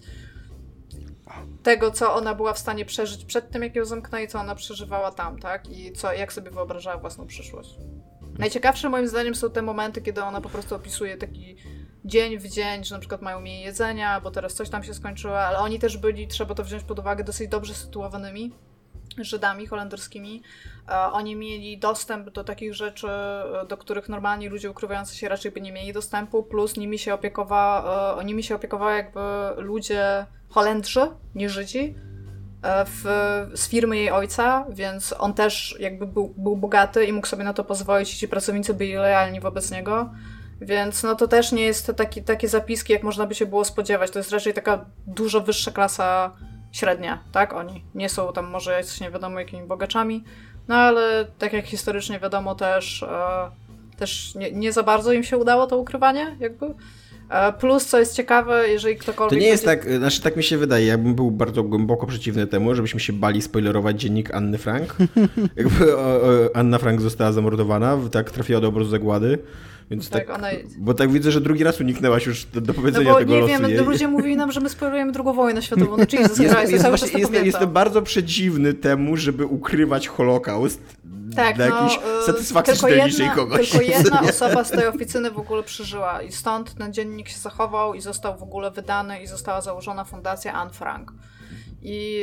C: tego, co ona była w stanie przeżyć przed tym, jak ją zamknęli, i co ona przeżywała tam, tak? I jak sobie wyobrażała własną przyszłość. Najciekawsze moim zdaniem są te momenty, kiedy ona po prostu opisuje taki dzień w dzień, że na przykład mają mniej jedzenia, bo teraz coś tam się skończyło, ale oni też byli, trzeba to wziąć pod uwagę, dosyć dobrze sytuowanymi Żydami holenderskimi. Oni mieli dostęp do takich rzeczy, do których normalni ludzie ukrywający się raczej by nie mieli dostępu, plus nimi się opiekowała jakby ludzie Holendrzy, nie Żydzi, z firmy jej ojca, więc on też jakby był bogaty i mógł sobie na to pozwolić i ci pracownicy byli lojalni wobec niego. Więc no to też nie jest takie zapiski, jak można by się było spodziewać. To jest raczej taka dużo wyższa klasa średnia, tak? Oni nie są tam może jacyś nie wiadomo jakimi bogaczami, no ale tak jak historycznie wiadomo też nie za bardzo im się udało to ukrywanie jakby. Plus, co jest ciekawe, jeżeli ktokolwiek...
B: To nie jest tak, znaczy tak mi się wydaje, ja bym był bardzo głęboko przeciwny temu, żebyśmy się bali spoilerować dziennik Anny Frank. Jakby Anna Frank została zamordowana, tak trafiła do obozu zagłady. Więc tak, bo tak widzę, że drugi raz uniknęłaś już do powiedzenia tego losu.
C: Nie wiem, ludzie mówili nam, że my spoilujemy II wojnę światową. No Jesus Christ,
B: jestem bardzo przeciwny temu, żeby ukrywać Holokaust dla jakiejś satysfakcji czytelniczej kogoś.
C: Tylko jedna osoba z tej oficyny w ogóle przeżyła i stąd ten dziennik się zachował i został w ogóle wydany i została założona fundacja Anne Frank. I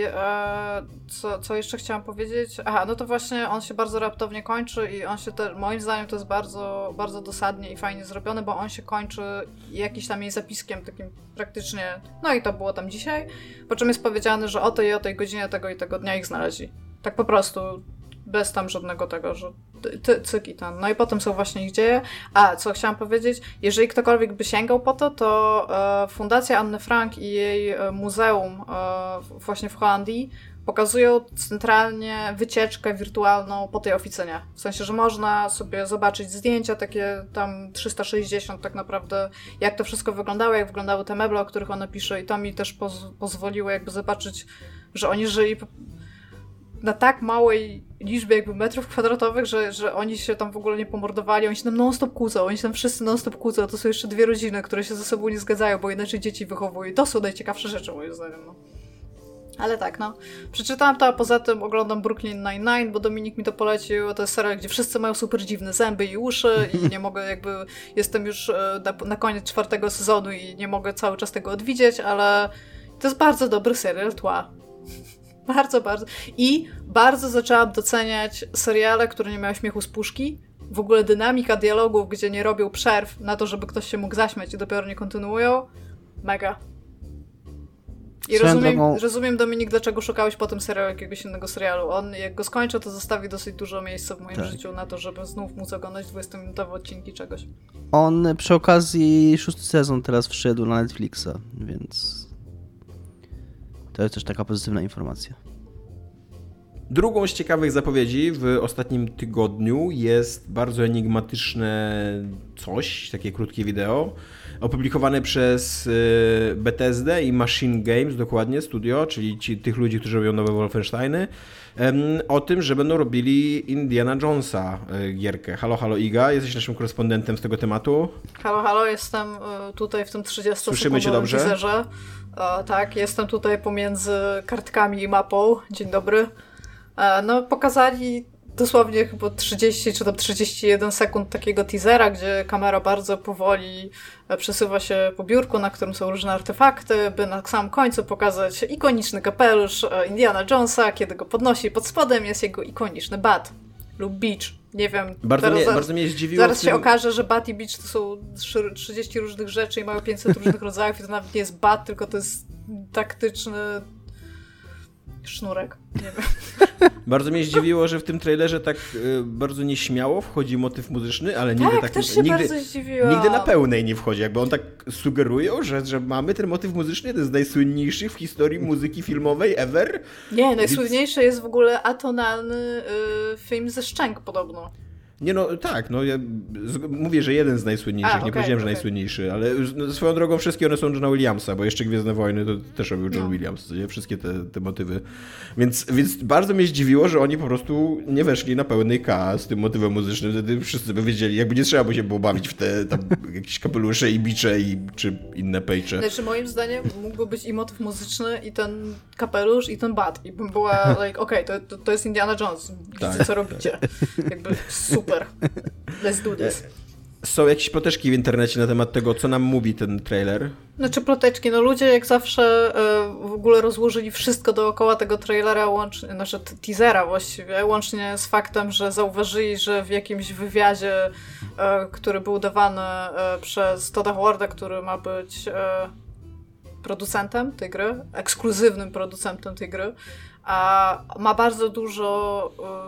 C: co jeszcze chciałam powiedzieć? Aha, no to właśnie on się bardzo raptownie kończy i on się moim zdaniem to jest bardzo, bardzo dosadnie i fajnie zrobione, bo on się kończy jakimś tam jej zapiskiem takim praktycznie, no i to było tam dzisiaj, po czym jest powiedziane, że o tej i o tej godzinie tego i tego dnia ich znaleźli. Tak po prostu, bez tam żadnego tego, że cyk i ten. No i potem są właśnie ich dzieje. A, co chciałam powiedzieć, jeżeli ktokolwiek by sięgał po to Fundacja Anny Frank i jej muzeum właśnie w Holandii pokazują centralnie wycieczkę wirtualną po tej oficynie. W sensie, że można sobie zobaczyć zdjęcia takie tam 360 tak naprawdę, jak to wszystko wyglądało, jak wyglądały te meble, o których ona pisze i to mi też pozwoliło jakby zobaczyć, że oni żyli na tak małej liczbie jakby metrów kwadratowych, że oni się tam w ogóle nie pomordowali, oni się tam non-stop kłócą, oni się tam wszyscy non-stop kłócą, to są jeszcze 2 rodziny, które się ze sobą nie zgadzają, bo inaczej dzieci wychowują i to są najciekawsze rzeczy moim zdaniem, no. Ale tak, no. Przeczytałam to, a poza tym oglądam Brooklyn Nine-Nine, bo Dominik mi to polecił, to jest serial, gdzie wszyscy mają super dziwne zęby i uszy i nie mogę jakby, jestem już na koniec 4. sezonu i nie mogę cały czas tego odwidzieć, ale to jest bardzo dobry serial tła. Bardzo, bardzo. I bardzo zaczęłam doceniać seriale, które nie miały śmiechu z puszki. W ogóle dynamika dialogów, gdzie nie robią przerw na to, żeby ktoś się mógł zaśmiać i dopiero nie kontynuują. Mega. I rozumiem, Dominik, dlaczego szukałeś po tym serialu jakiegoś innego serialu. On, jak go skończy, to zostawi dosyć dużo miejsca w moim życiu na to, żeby znów móc oglądać 20-minutowe odcinki czegoś.
D: On przy okazji 6. sezon teraz wszedł na Netflixa, więc to jest też taka pozytywna informacja.
B: Drugą z ciekawych zapowiedzi w ostatnim tygodniu jest bardzo enigmatyczne coś, takie krótkie wideo, opublikowane przez Bethesdę i Machine Games, dokładnie, studio, czyli tych ludzi, którzy robią nowe Wolfensteiny, o tym, że będą robili Indiana Jonesa gierkę. Halo, halo Iga, jesteś naszym korespondentem z tego tematu.
C: Halo, halo, jestem tutaj w tym 30-sekundowym
B: Słyszymy cię dobrze?
C: teaserze. Tak, jestem tutaj pomiędzy kartkami i mapą. Dzień dobry. No, pokazali dosłownie chyba 30 czy tam 31 sekund takiego teasera, gdzie kamera bardzo powoli przesuwa się po biurku, na którym są różne artefakty, by na samym końcu pokazać ikoniczny kapelusz Indiana Jonesa, kiedy go podnosi. Pod spodem jest jego ikoniczny bat lub beach. Nie wiem.
B: Bardzo mnie zdziwiło.
C: Zaraz się okaże, że bat i beach to są 30 różnych rzeczy i mają 500 różnych rodzajów i to nawet nie jest bat, tylko to jest taktyczny sznurek. Nie wiem.
B: Bardzo mnie zdziwiło, że w tym trailerze tak bardzo nieśmiało wchodzi motyw muzyczny, ale
C: nigdy tak też się bardzo zdziwiłam.
B: Nigdy na pełnej nie wchodzi. Jakby on tak sugerują, że mamy ten motyw muzyczny, to jest najsłynniejszy w historii muzyki filmowej ever.
C: Nie, najsłynniejszy jest w ogóle atonalny film ze Szczęk podobno.
B: Nie no, tak, no ja mówię, że jeden z najsłynniejszych, nie powiedziałem, że najsłynniejszy, ale swoją drogą wszystkie one są Johna Williamsa, bo jeszcze Gwiezdne Wojny to też robił John Williams, nie? Wszystkie te motywy. Więc bardzo mnie zdziwiło, że oni po prostu nie weszli na pełnej K z tym motywem muzycznym, wtedy wszyscy by wiedzieli, jakby nie trzeba by się było bawić w te tam jakieś kapelusze i bicze czy inne pejcze.
C: Znaczy moim zdaniem mógłby być i motyw muzyczny, i ten kapelusz, i ten bat. I bym była okej, to jest Indiana Jones, widzę co robicie. Jakby super. Let's do this.
B: Są jakieś ploteczki w internecie na temat tego, co nam mówi ten trailer?
C: Znaczy ploteczki, no ludzie jak zawsze w ogóle rozłożyli wszystko dookoła tego trailera, znaczy teasera właściwie, łącznie z faktem, że zauważyli, że w jakimś wywiadzie, który był dawany przez Todda Howarda, który ma być producentem tej gry, ekskluzywnym producentem tej gry, a ma bardzo dużo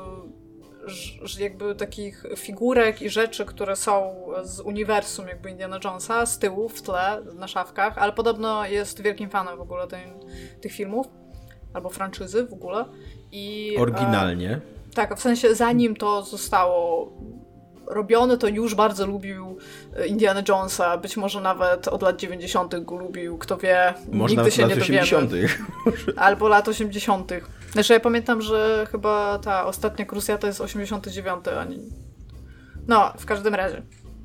C: jakby takich figurek i rzeczy, które są z uniwersum jakby Indiana Jonesa, z tyłu, w tle, na szafkach, ale podobno jest wielkim fanem w ogóle tych filmów, albo franczyzy w ogóle.
B: Oryginalnie.
C: Tak, w sensie zanim to zostało robione, to już bardzo lubił Indiana Jonesa, być może nawet od lat 90. go lubił, kto wie,
B: może
C: nigdy się nie
B: dowiemy. 80.
C: Albo lat 80. Znaczy ja pamiętam, że chyba ta ostatnia Cruciata jest 89, a nie... No, w każdym razie.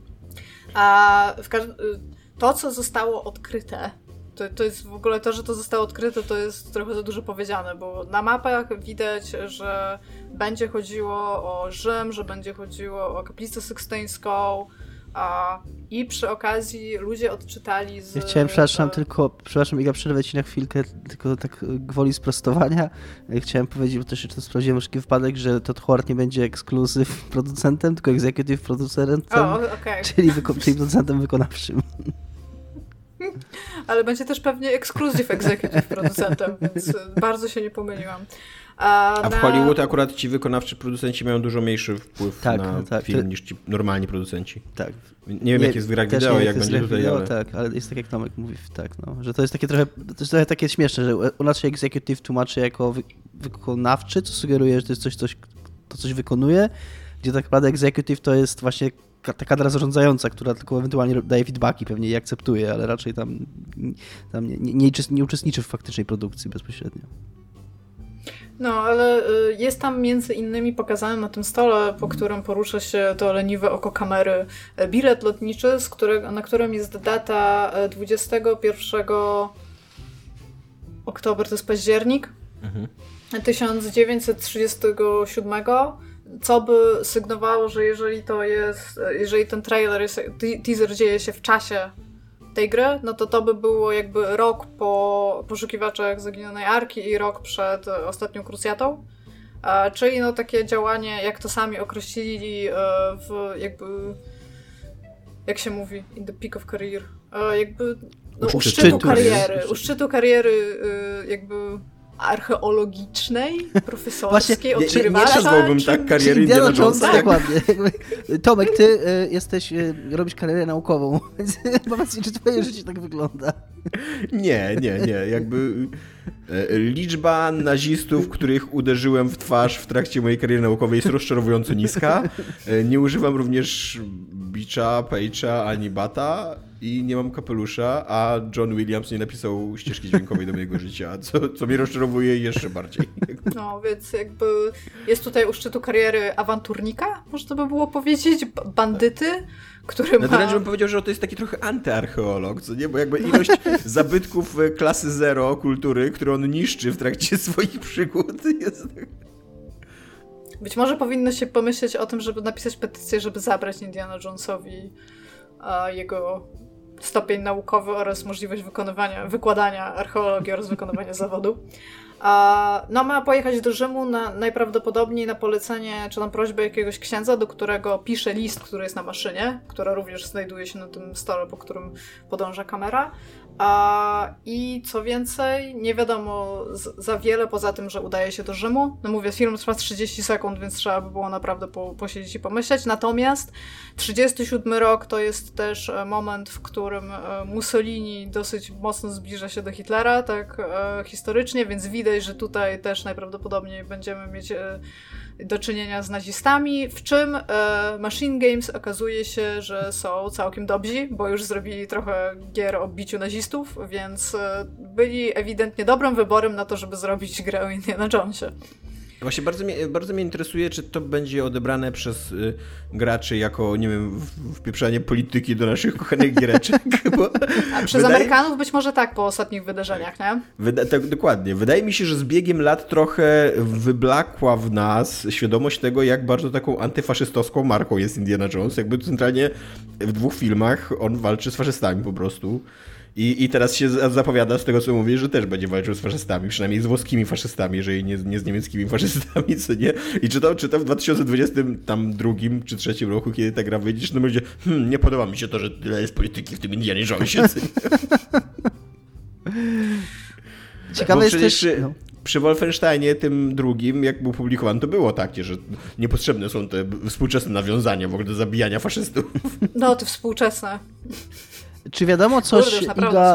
C: To, co zostało odkryte, to jest w ogóle to, że to zostało odkryte, to jest trochę za dużo powiedziane, bo na mapach widać, że będzie chodziło o Rzym, że będzie chodziło o kaplicę sykstyńską, i przy okazji ludzie odczytali z...
D: Ja chciałem, przepraszam Iga, przerwę ci na chwilkę, tylko tak gwoli sprostowania. Chciałem powiedzieć, bo też to sprawdziłem już taki wypadek, że Todd Howard nie będzie ekskluzyw producentem, tylko executive producentem, czyli producentem wykonawczym.
C: Ale będzie też pewnie ekskluzyw executive producentem, więc bardzo się nie pomyliłam.
B: A w Hollywood akurat ci wykonawczy producenci mają dużo mniejszy wpływ na film niż ci normalni producenci.
D: Tak.
B: Nie wiem, jak jest w grach wideo, jak będzie tutaj,
D: wideo, ale... Tak, ale jest tak jak Tomek mówi, tak, no, że to jest takie trochę takie śmieszne, że u nas się executive tłumaczy jako wykonawczy, co sugeruje, że to jest coś wykonuje, gdzie tak naprawdę executive to jest właśnie ta kadra zarządzająca, która tylko ewentualnie daje feedbacki pewnie i akceptuje, ale raczej tam nie uczestniczy w faktycznej produkcji bezpośrednio.
C: No, ale jest tam między innymi pokazany na tym stole, po którym porusza się to leniwe oko kamery, bilet lotniczy, na którym jest data 21 oktobra, to jest październik 1937, co by sygnowało, że jeżeli ten teaser dzieje się w czasie tej gry, no to by było jakby rok po poszukiwaczach zaginionej Arki i rok przed ostatnią Cruciatą. Czyli no takie działanie, jak to sami określili w jakby, jak się mówi, in the peak of career, jakby no, u szczytu kariery jakby archeologicznej, profesorskiej, odkrywacza.
B: Nie nazwałbym tak kariery Indiana Jonesa.
D: Dokładnie. Tomek, ty robisz karierę naukową, więc powiedz mi, czy twoje życie tak wygląda?
B: Nie. Jakby liczba nazistów, których uderzyłem w twarz w trakcie mojej kariery naukowej jest rozczarowująco niska. Nie używam również bicza, page'a ani bata i nie mam kapelusza, a John Williams nie napisał ścieżki dźwiękowej do mojego życia, co mnie rozczarowuje jeszcze bardziej.
C: No, więc jakby jest tutaj u szczytu kariery awanturnika, można by było powiedzieć, bandyty, który ma...
B: Wręcz bym powiedział, że to jest taki trochę antyarcheolog, co nie? Bo jakby ilość zabytków klasy 0 kultury, które on niszczy w trakcie swoich przygód jest...
C: Być może powinno się pomyśleć o tym, żeby napisać petycję, żeby zabrać Indiana Jonesowi jego stopień naukowy oraz możliwość wykładania archeologii oraz wykonywania zawodu. No ma pojechać do Rzymu najprawdopodobniej na polecenie, czy tam prośbę jakiegoś księdza, do którego pisze list, który jest na maszynie, która również znajduje się na tym stole, po którym podąża kamera. I co więcej, nie wiadomo za wiele poza tym, że udaje się do Rzymu. No mówię, film trwa 30 sekund, więc trzeba by było naprawdę posiedzieć i pomyśleć. Natomiast 37 rok to jest też moment, w którym Mussolini dosyć mocno zbliża się do Hitlera, tak historycznie, więc widać, że tutaj też najprawdopodobniej będziemy mieć do czynienia z nazistami, w czym Machine Games okazuje się, że są całkiem dobrzy, bo już zrobili trochę gier o biciu nazistów, więc byli ewidentnie dobrym wyborem na to, żeby zrobić grę o Indiana Jonesie.
B: Właśnie bardzo mnie interesuje, czy to będzie odebrane przez graczy jako, nie wiem, wpieprzanie polityki do naszych kochanych giereczek.
C: A przez Amerykanów być może tak po ostatnich wydarzeniach, nie?
B: Tak, dokładnie. Wydaje mi się, że z biegiem lat trochę wyblakła w nas świadomość tego, jak bardzo taką antyfaszystowską marką jest Indiana Jones. Jakby centralnie w 2 filmach on walczy z faszystami po prostu. I teraz się zapowiada z tego, co mówisz, że też będzie walczył z faszystami, przynajmniej z włoskimi faszystami, jeżeli nie z niemieckimi faszystami, co nie? I czy to w 2022 czy 2023 roku, kiedy ta gra wyjdzie, to będzie, nie podoba mi się to, że tyle jest polityki w tym Indianie Jonesie.
D: Ciekawe jest też...
B: Przy Wolfensteinie tym drugim, jak był publikowany, to było takie, że niepotrzebne są te współczesne nawiązania w ogóle do zabijania faszystów.
C: No, te współczesne.
D: Czy wiadomo coś, Iga,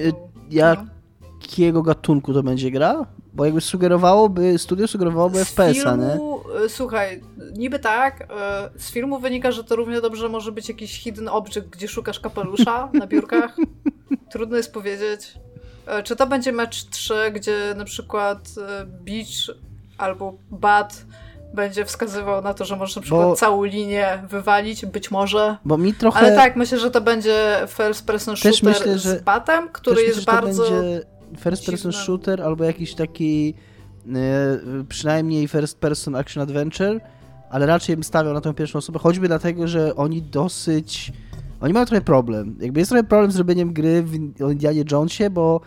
D: jakiego gatunku to będzie gra? Bo jakby studio sugerowałoby FPS-a, nie?
C: Słuchaj, niby tak, z filmu wynika, że to równie dobrze może być jakiś hidden object, gdzie szukasz kapelusza na biurkach. Trudno jest powiedzieć. Czy to będzie Match 3, gdzie na przykład Beach albo Bat będzie wskazywał na to, że możesz na przykład całą linię wywalić, być może.
D: Bo mi trochę...
C: Ale tak, myślę, że to będzie first person shooter myślę, z batem, który jest bardzo...
D: To będzie first person shooter albo jakiś taki przynajmniej first person action adventure, ale raczej bym stawiał na tą pierwszą osobę, choćby dlatego, że oni mają trochę problem. Jakby jest trochę problem z robieniem gry o Indianie Jonesie, bo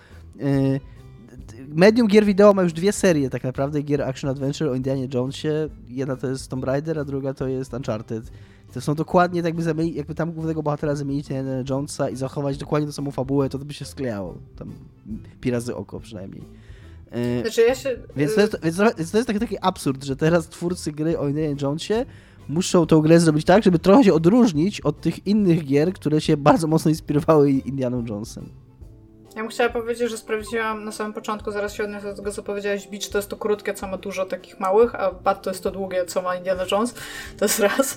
D: medium gier wideo ma już 2 serie tak naprawdę gier action adventure o Indianie Jonesie. Jedna to jest Tomb Raider, a druga to jest Uncharted. To są dokładnie jakby tam głównego bohatera zamienić na Indiana Jonesa i zachować dokładnie tą samą fabułę, to by się sklejało. Tam pi razy oko przynajmniej.
C: Znaczy
D: Więc to jest taki absurd, że teraz twórcy gry o Indianie Jonesie muszą tą grę zrobić tak, żeby trochę się odróżnić od tych innych gier, które się bardzo mocno inspirowały Indianą Jonesem.
C: Ja bym chciała powiedzieć, że sprawdziłam na samym początku, zaraz się odniosę do tego, co powiedziałeś, Beach to jest to krótkie, co ma dużo takich małych, a Bat to jest to długie, co ma Indiana Jones. To jest raz.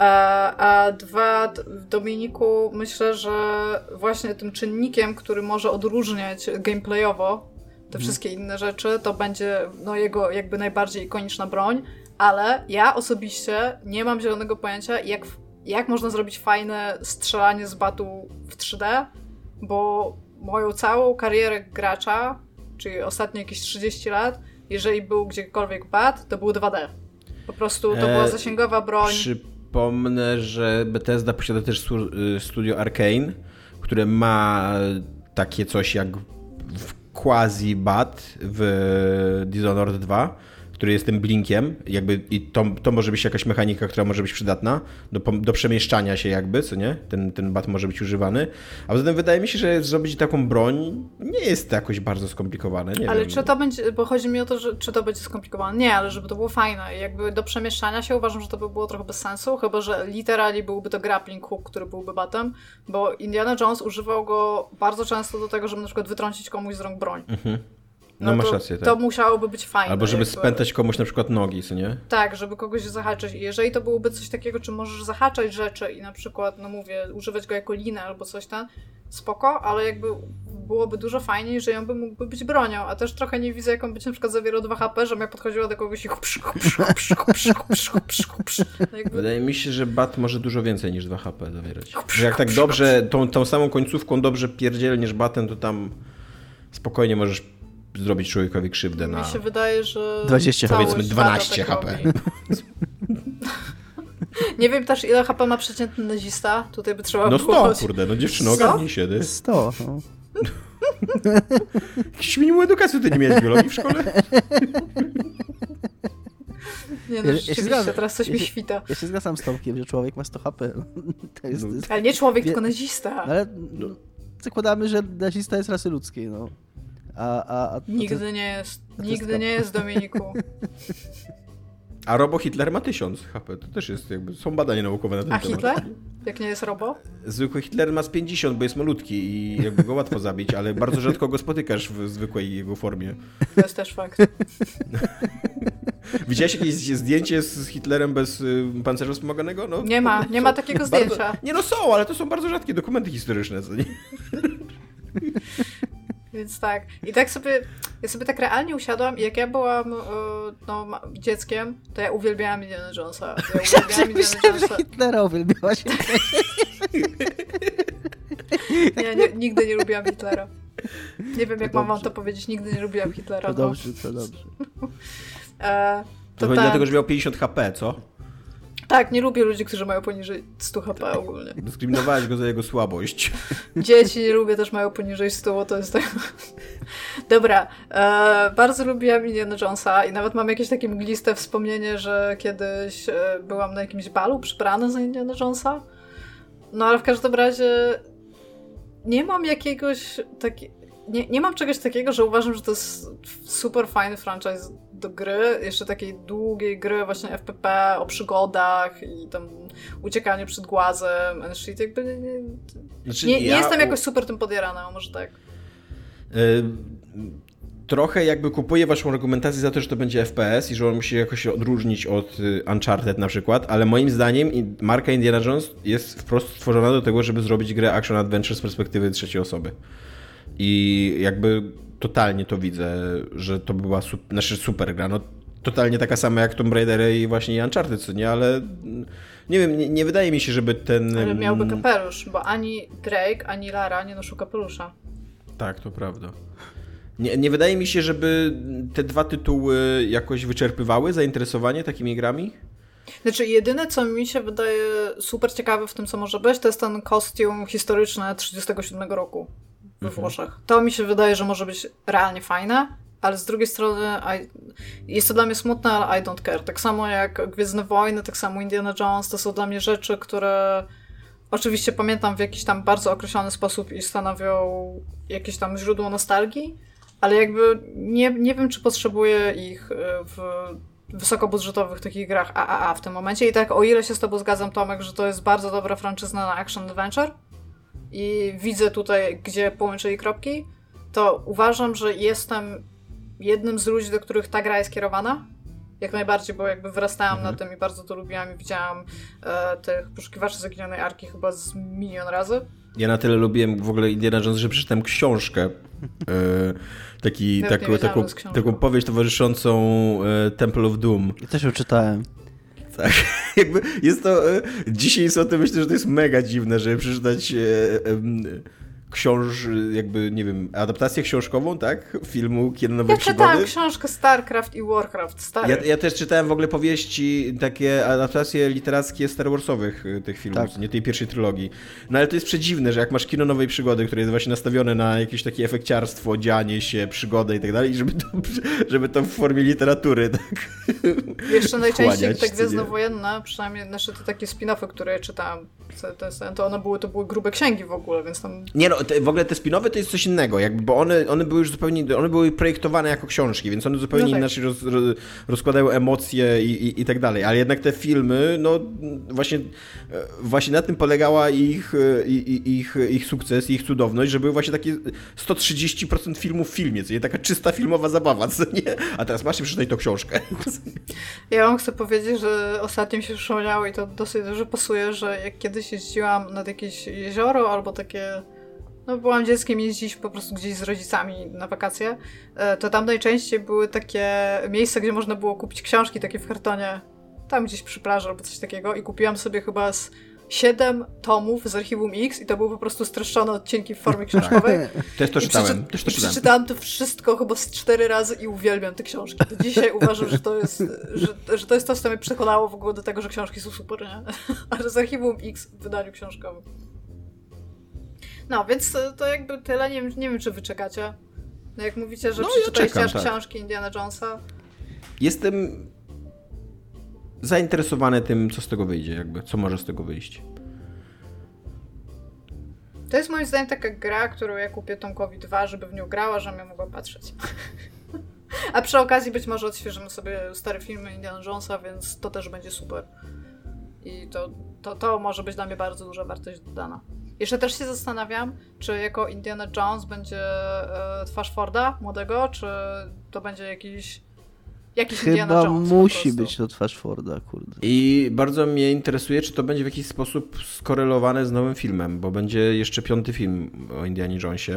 C: A 2, Dominiku, myślę, że właśnie tym czynnikiem, który może odróżniać gameplayowo te wszystkie inne rzeczy, to będzie jego jakby najbardziej ikoniczna broń, ale ja osobiście nie mam zielonego pojęcia, jak można zrobić fajne strzelanie z batu w 3D, bo moją całą karierę gracza, czyli ostatnie jakieś 30 lat, jeżeli był gdziekolwiek bat, to był 2D. Po prostu to była zasięgowa broń.
B: Przypomnę, że Bethesda posiada też studio Arcane, które ma takie coś jak quasi-bat w Dishonored 2, który jest tym blinkiem, jakby i to może być jakaś mechanika, która może być przydatna do przemieszczania się jakby, co nie? Ten bat może być używany. A poza tym wydaje mi się, że zrobić taką broń nie jest to jakoś bardzo skomplikowane. Nie
C: ale
B: wiem.
C: Czy to będzie, bo chodzi mi o to, że czy to będzie skomplikowane? Nie, ale żeby to było fajne. Jakby do przemieszczania się uważam, że to by było trochę bez sensu, chyba że literalnie byłby to grappling hook, który byłby batem, bo Indiana Jones używał go bardzo często do tego, żeby na przykład wytrącić komuś z rąk broń.
B: Mhm. No masz rację, tak.
C: To musiałoby być fajne.
B: Albo żeby spętać komuś na przykład nogi, co nie?
C: Tak, żeby kogoś zahaczyć. I jeżeli to byłoby coś takiego, czy możesz zahaczać rzeczy i na przykład, używać go jako linę albo coś tam, spoko, ale jakby byłoby dużo fajniej, że on mógłby być bronią, a też trochę nie widzę, jak on być na przykład zawierał 2 HP, żebym ja podchodziła do kogoś i
B: Wydaje mi się, że bat może dużo więcej niż 2 HP zawierać. Że jak tak dobrze, tą samą końcówką dobrze pierdzielniesz batem, to tam spokojnie możesz zrobić człowiekowi krzywdę na...
C: Mi się wydaje, że
D: 20,
B: powiedzmy 12
C: tak
B: HP.
C: Nie wiem też, ile HP ma przeciętny nazista. Tutaj by trzeba
B: No
C: było...
B: 100, kurde, no dziewczyno, ogarnij się.
D: 100, no.
B: Jakiś minimum edukacji ty nie miałeś biologii w szkole?
C: Nie no, rzeczywiście, teraz coś mi świta.
D: Ja się zgadzam z Tomkiem, że człowiek ma 100 HP. To jest...
C: Ale nie człowiek, tylko nazista.
D: Ale zakładamy, że nazista jest rasy ludzkiej, no.
C: Nigdy nie jest. Nigdy nie jest, Dominiku.
B: A Robo Hitler ma 1000 HP. To też jest jakby... Są badania naukowe na ten temat.
C: A Hitler? Jak nie jest Robo?
B: Zwykły Hitler ma z 50, bo jest malutki i jakby go łatwo zabić, ale bardzo rzadko go spotykasz w zwykłej jego formie.
C: To jest też fakt.
B: Widziałeś jakieś zdjęcie z Hitlerem bez pancerza wspomaganego? No,
C: Nie ma takiego zdjęcia.
B: Nie no są, ale to są bardzo rzadkie dokumenty historyczne, co nie?
C: Więc tak. I tak sobie, ja sobie tak realnie usiadłam i jak ja byłam dzieckiem, to ja uwielbiałam Indiana Jonesa.
D: Myślałem, że Hitlera uwielbiałaś.
C: Nie, nigdy nie lubiłam Hitlera. Nie wiem, jak mam wam to powiedzieć, nigdy nie lubiłam Hitlera.
D: To dobrze, to dobrze.
B: To chodzi dlatego, że miał 50 HP, co?
C: Tak, nie lubię ludzi, którzy mają poniżej 100 HP ogólnie.
B: Dyskryminowałeś go za jego słabość.
C: Dzieci nie lubię, też mają poniżej 100, bo to jest tak... Dobra, bardzo lubiłam Indiana Jonesa i nawet mam jakieś takie mgliste wspomnienie, że kiedyś byłam na jakimś balu przybrana za Indiana Jonesa. No ale w każdym razie nie mam jakiegoś nie mam czegoś takiego, że uważam, że to jest super fajny franchise do gry, jeszcze takiej długiej gry właśnie FPP o przygodach i tam uciekanie przed głazem and shit, jakby nie jestem jakoś super tym podjarana, może tak.
B: Trochę jakby kupuję waszą argumentację za to, że to będzie FPS i że on musi się jakoś odróżnić od Uncharted na przykład, ale moim zdaniem marka Indiana Jones jest wprost stworzona do tego, żeby zrobić grę Action Adventure z perspektywy trzeciej osoby. I jakby totalnie to widzę, że to była super gra. No, totalnie taka sama jak Tomb Raider i właśnie Uncharted, co nie, ale nie wiem, nie wydaje mi się, żeby ten...
C: Ale miałby kapelusz, bo ani Drake, ani Lara nie noszą kapelusza.
B: Tak, to prawda. Nie wydaje mi się, żeby te dwa tytuły jakoś wyczerpywały zainteresowanie takimi grami.
C: Znaczy, jedyne, co mi się wydaje super ciekawe w tym, co może być, to jest ten kostium historyczny 1937 roku we Włoszech. To mi się wydaje, że może być realnie fajne, ale z drugiej strony jest to dla mnie smutne, ale I don't care. Tak samo jak Gwiezdne Wojny, tak samo Indiana Jones, to są dla mnie rzeczy, które oczywiście pamiętam w jakiś tam bardzo określony sposób i stanowią jakieś tam źródło nostalgii, ale jakby nie wiem, czy potrzebuję ich w wysokobudżetowych takich grach AAA w tym momencie. I tak, o ile się z tobą zgadzam, Tomek, że to jest bardzo dobra franczyzna na action adventure i widzę tutaj, gdzie połączyli kropki, to uważam, że jestem jednym z ludzi, do których ta gra jest kierowana. Jak najbardziej, bo jakby wyrastałam na tym i bardzo to lubiłam i widziałam tych poszukiwaczy zaginionej arki chyba z milion razy.
B: Ja na tyle lubiłem w ogóle Indiana Jones, że przeczytałem książkę. Taką powieść towarzyszącą Temple of Doom.
D: Ja też ją czytałem.
B: Tak, jakby jest to... Dzisiaj sobie myślę, że to jest mega dziwne, żeby przeczytać jakby, nie wiem, adaptację książkową, tak? Filmu Kiedy nowe przygody.
C: Ja czytałem książkę StarCraft i Warcraft.
B: Ja też czytałem w ogóle powieści, takie adaptacje literackie Star Warsowych tych filmów, tak. Nie tej pierwszej trylogii. No ale to jest przedziwne, że jak masz kino nowej przygody, które jest właśnie nastawione na jakieś takie efekciarstwo, dzianie się, przygodę i tak dalej, żeby to w formie literatury, tak?
C: Jeszcze najczęściej te gwiezdnowojenne, przynajmniej znaczy te takie spin-offy, które ja czytałam, to były grube księgi w ogóle, więc tam...
B: Nie no, w ogóle te spin-offy to jest coś innego, jakby, bo one były już zupełnie, one były projektowane jako książki, więc one zupełnie inaczej rozkładają emocje i tak dalej, ale jednak te filmy, no właśnie na tym polegała ich sukces, ich cudowność, że były właśnie takie 130% filmu w filmie, co nie, taka czysta filmowa zabawa, co nie? A teraz masz przeczytaj tą książkę.
C: Ja wam chcę powiedzieć, że ostatnio mi się przypomniało i to dosyć dobrze pasuje, że jak kiedyś jeździłam nad jakieś jezioro albo takie... No byłam dzieckiem, jeździć po prostu gdzieś z rodzicami na wakacje, to tam najczęściej były takie miejsca, gdzie można było kupić książki takie w kartonie, tam gdzieś przy plaży albo coś takiego i kupiłam sobie chyba z 7 tomów z Archiwum X i to były po prostu streszczone odcinki w formie książkowej.
B: Też to czytałem.
C: Przeczytałam to wszystko chyba z 4 razy i uwielbiam te książki. Do dzisiaj uważam, że to jest to, co mnie przekonało w ogóle do tego, że książki są super, nie? Ale z Archiwum X w wydaniu książkowym. No, więc to jakby tyle. Nie wiem, czy wy czekacie. No jak mówicie, że przeczytaliście aż książki Indiana Jonesa.
B: Jestem zainteresowany tym, co z tego wyjdzie, jakby, co może z tego wyjść.
C: To jest moim zdaniem taka gra, którą ja kupię Tomkowi 2, żeby w nią grała, żebym ja mogła patrzeć. A przy okazji być może odświeżymy sobie stare filmy Indiana Jonesa, więc to też będzie super. I to może być dla mnie bardzo duża wartość dodana. Jeszcze też się zastanawiam, czy jako Indiana Jones będzie twarz Forda młodego, czy to będzie jakiś Indiana Jones.
D: Chyba musi być to twarz Forda, kurde.
B: I bardzo mnie interesuje, czy to będzie w jakiś sposób skorelowane z nowym filmem, bo będzie jeszcze 5. film o Indianie Jonesie.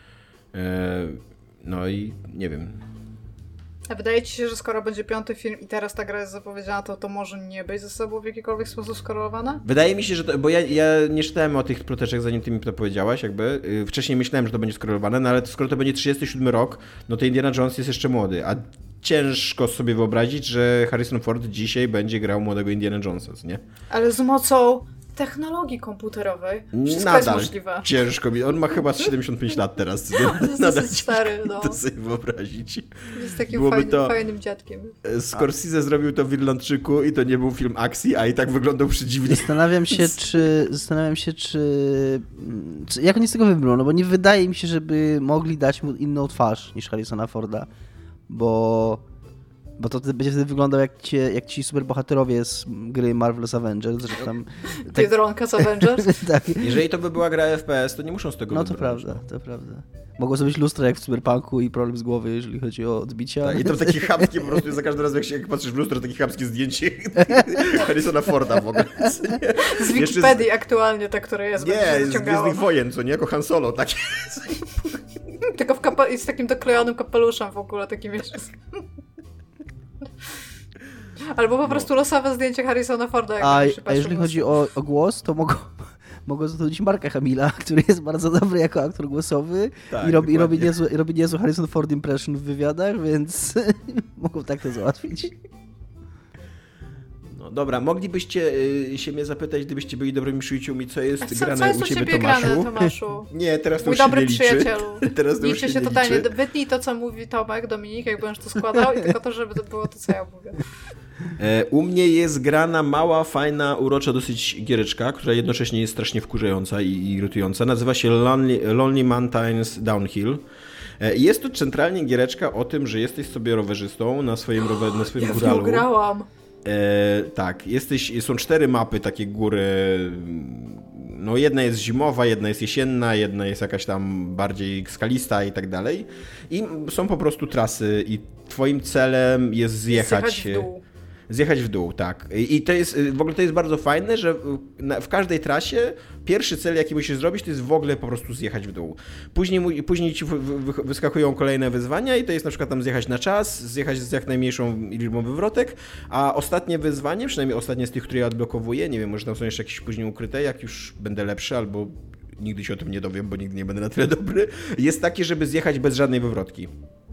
B: No i nie wiem.
C: A wydaje ci się, że skoro będzie 5. film i teraz ta gra jest zapowiedziana, to może nie być ze sobą w jakikolwiek sposób skorelowana?
B: Wydaje mi się, że to, bo ja nie czytałem o tych ploteczek, zanim ty mi to powiedziałaś, jakby. Wcześniej myślałem, że to będzie skorelowane, no ale skoro to będzie 37 rok, no to Indiana Jones jest jeszcze młody, a ciężko sobie wyobrazić, że Harrison Ford dzisiaj będzie grał młodego Indiana Jonesa, nie?
C: Ale z mocą technologii komputerowej wszystko
B: nadal
C: jest możliwe.
B: Ciężko mi. On ma chyba 75 lat teraz.
C: Jest dosyć stary, no.
B: To sobie wyobrazić.
C: Jest takim fajnym dziadkiem.
B: Scorsese zrobił to w Irlandczyku i to nie był film akcji, a i tak wyglądał przedziwnie.
D: Zastanawiam się, czy jak oni z tego wybrną, no bo nie wydaje mi się, żeby mogli dać mu inną twarz niż Harrisona Forda, bo to będzie wtedy wyglądał jak ci superbohaterowie z gry Marvel's Avengers, że tam...
C: Biedronka z Avengers?
D: Tak.
B: Jeżeli to by była gra FPS, to nie muszą z tego
D: No
B: wybrać.
D: to prawda. Mogło zrobić lustro jak w Cyberpunku i problem z głowy, jeżeli chodzi o odbicia.
B: Tak, i to takie chamskie po prostu, za każdym razem jak patrzysz w lustro, takie chamskie zdjęcie Harrisona Forda w ogóle.
C: Z Wikipedii aktualnie ta, która jest.
B: Nie, z Gwiezdnych Wojen, co nie? Jako Han Solo, takie.
C: Tylko z takim doklejonym kapeluszem w ogóle, takim jeszcze. Albo po prostu losowe zdjęcie Harrisona Forda.
D: A jeżeli chodzi o głos, to mogą zatrudnić Marka Hamilla, który jest bardzo dobry jako aktor głosowy i robi niezły Harrison Ford impression w wywiadach, więc mogą tak to załatwić.
B: No dobra, moglibyście się mnie zapytać, gdybyście byli dobrymi przyjaciółmi, co jest grane u ciebie, Tomaszu? Nie, teraz to już się nie liczy. Mój dobry przyjacielu. Teraz to już się totalnie.
C: Wytnij to, co mówi Tomek, Dominik, jak będziesz to składał i tylko to, żeby to było to, co ja mówię.
B: U mnie jest grana mała, fajna, urocza dosyć giereczka, która jednocześnie jest strasznie wkurzająca i irytująca. Nazywa się Lonely Mountains Downhill. Jest to centralnie giereczka o tym, że jesteś sobie rowerzystą na swoim góralu.
C: Ja grałam.
B: Tak, są 4 mapy, takie góry. No jedna jest zimowa, jedna jest jesienna, jedna jest jakaś tam bardziej skalista i tak dalej. I są po prostu trasy i twoim celem jest zjechać w dół, tak. I to jest, w ogóle to jest bardzo fajne, że w każdej trasie pierwszy cel, jaki musisz zrobić, to jest w ogóle po prostu zjechać w dół. Później ci wyskakują kolejne wyzwania i to jest na przykład tam zjechać na czas, zjechać z jak najmniejszą liczbą wywrotek, a ostatnie wyzwanie, przynajmniej ostatnie z tych, które ja odblokowuję, nie wiem, może tam są jeszcze jakieś później ukryte, jak już będę lepszy, albo nigdy się o tym nie dowiem, bo nigdy nie będę na tyle dobry, jest takie, żeby zjechać bez żadnej wywrotki.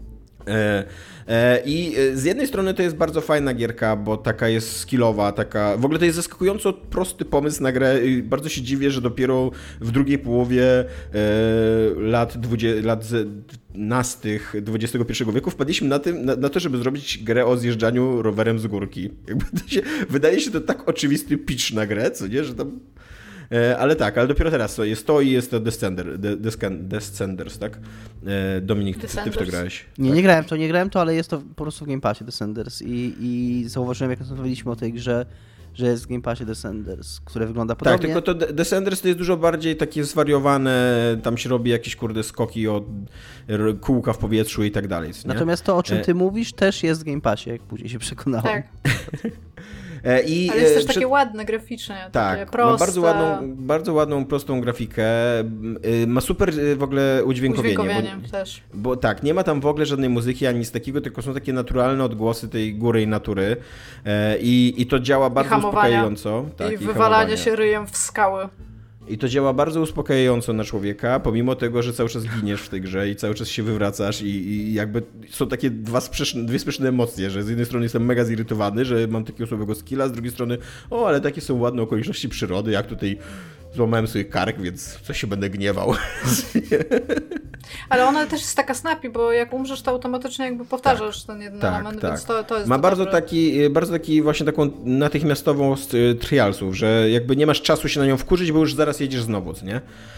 B: I z jednej strony to jest bardzo fajna gierka, bo taka jest skillowa, w ogóle to jest zaskakująco prosty pomysł na grę. Bardzo się dziwię, że dopiero w drugiej połowie lat nastych XXI wieku wpadliśmy na to, żeby zrobić grę o zjeżdżaniu rowerem z górki. Wydaje się to tak oczywisty pitch na grę, co nie, że tam... Ale dopiero teraz jest to i jest to Descenders, tak? Dominik, ty w to grałeś?
D: Nie grałem to, ale jest to po prostu w Game Passie Descenders i zauważyłem, jak rozmawialiśmy o tej grze, że jest w Game Passie Descenders, które wygląda podobnie.
B: Tak, tylko to Descenders to jest dużo bardziej takie zwariowane, tam się robi jakieś skoki od kółka w powietrzu i tak dalej. Nie?
D: Natomiast to, o czym ty mówisz, też jest w Game Passie, jak później się przekonałem.
C: Tak. Ale jest też takie ładne graficznie,
B: tak,
C: takie proste.
B: Ma bardzo ładną, prostą grafikę. Ma super w ogóle udźwiękowienie.
C: Też.
B: Bo tak, nie ma tam w ogóle żadnej muzyki ani nic takiego, tylko są takie naturalne odgłosy tej góry i natury. I to działa bardzo uspokajająco.
C: Tak, i wywalanie się ryjem w skały.
B: I to działa bardzo uspokajająco na człowieka, pomimo tego, że cały czas giniesz w tej grze i cały czas się wywracasz i jakby są takie dwie sprzeczne emocje, że z jednej strony jestem mega zirytowany, że mam takiego słabego skilla, z drugiej strony ale takie są ładne okoliczności przyrody, jak tutaj złamałem sobie kark, więc coś się będę gniewał.
C: Ale ona też jest taka snappy, bo jak umrzesz, to automatycznie jakby powtarzasz ten jeden element, więc to jest
B: ma bardzo taki właśnie taką natychmiastową trialsów, że jakby nie masz czasu się na nią wkurzyć, bo już zaraz jedziesz znowu, nie?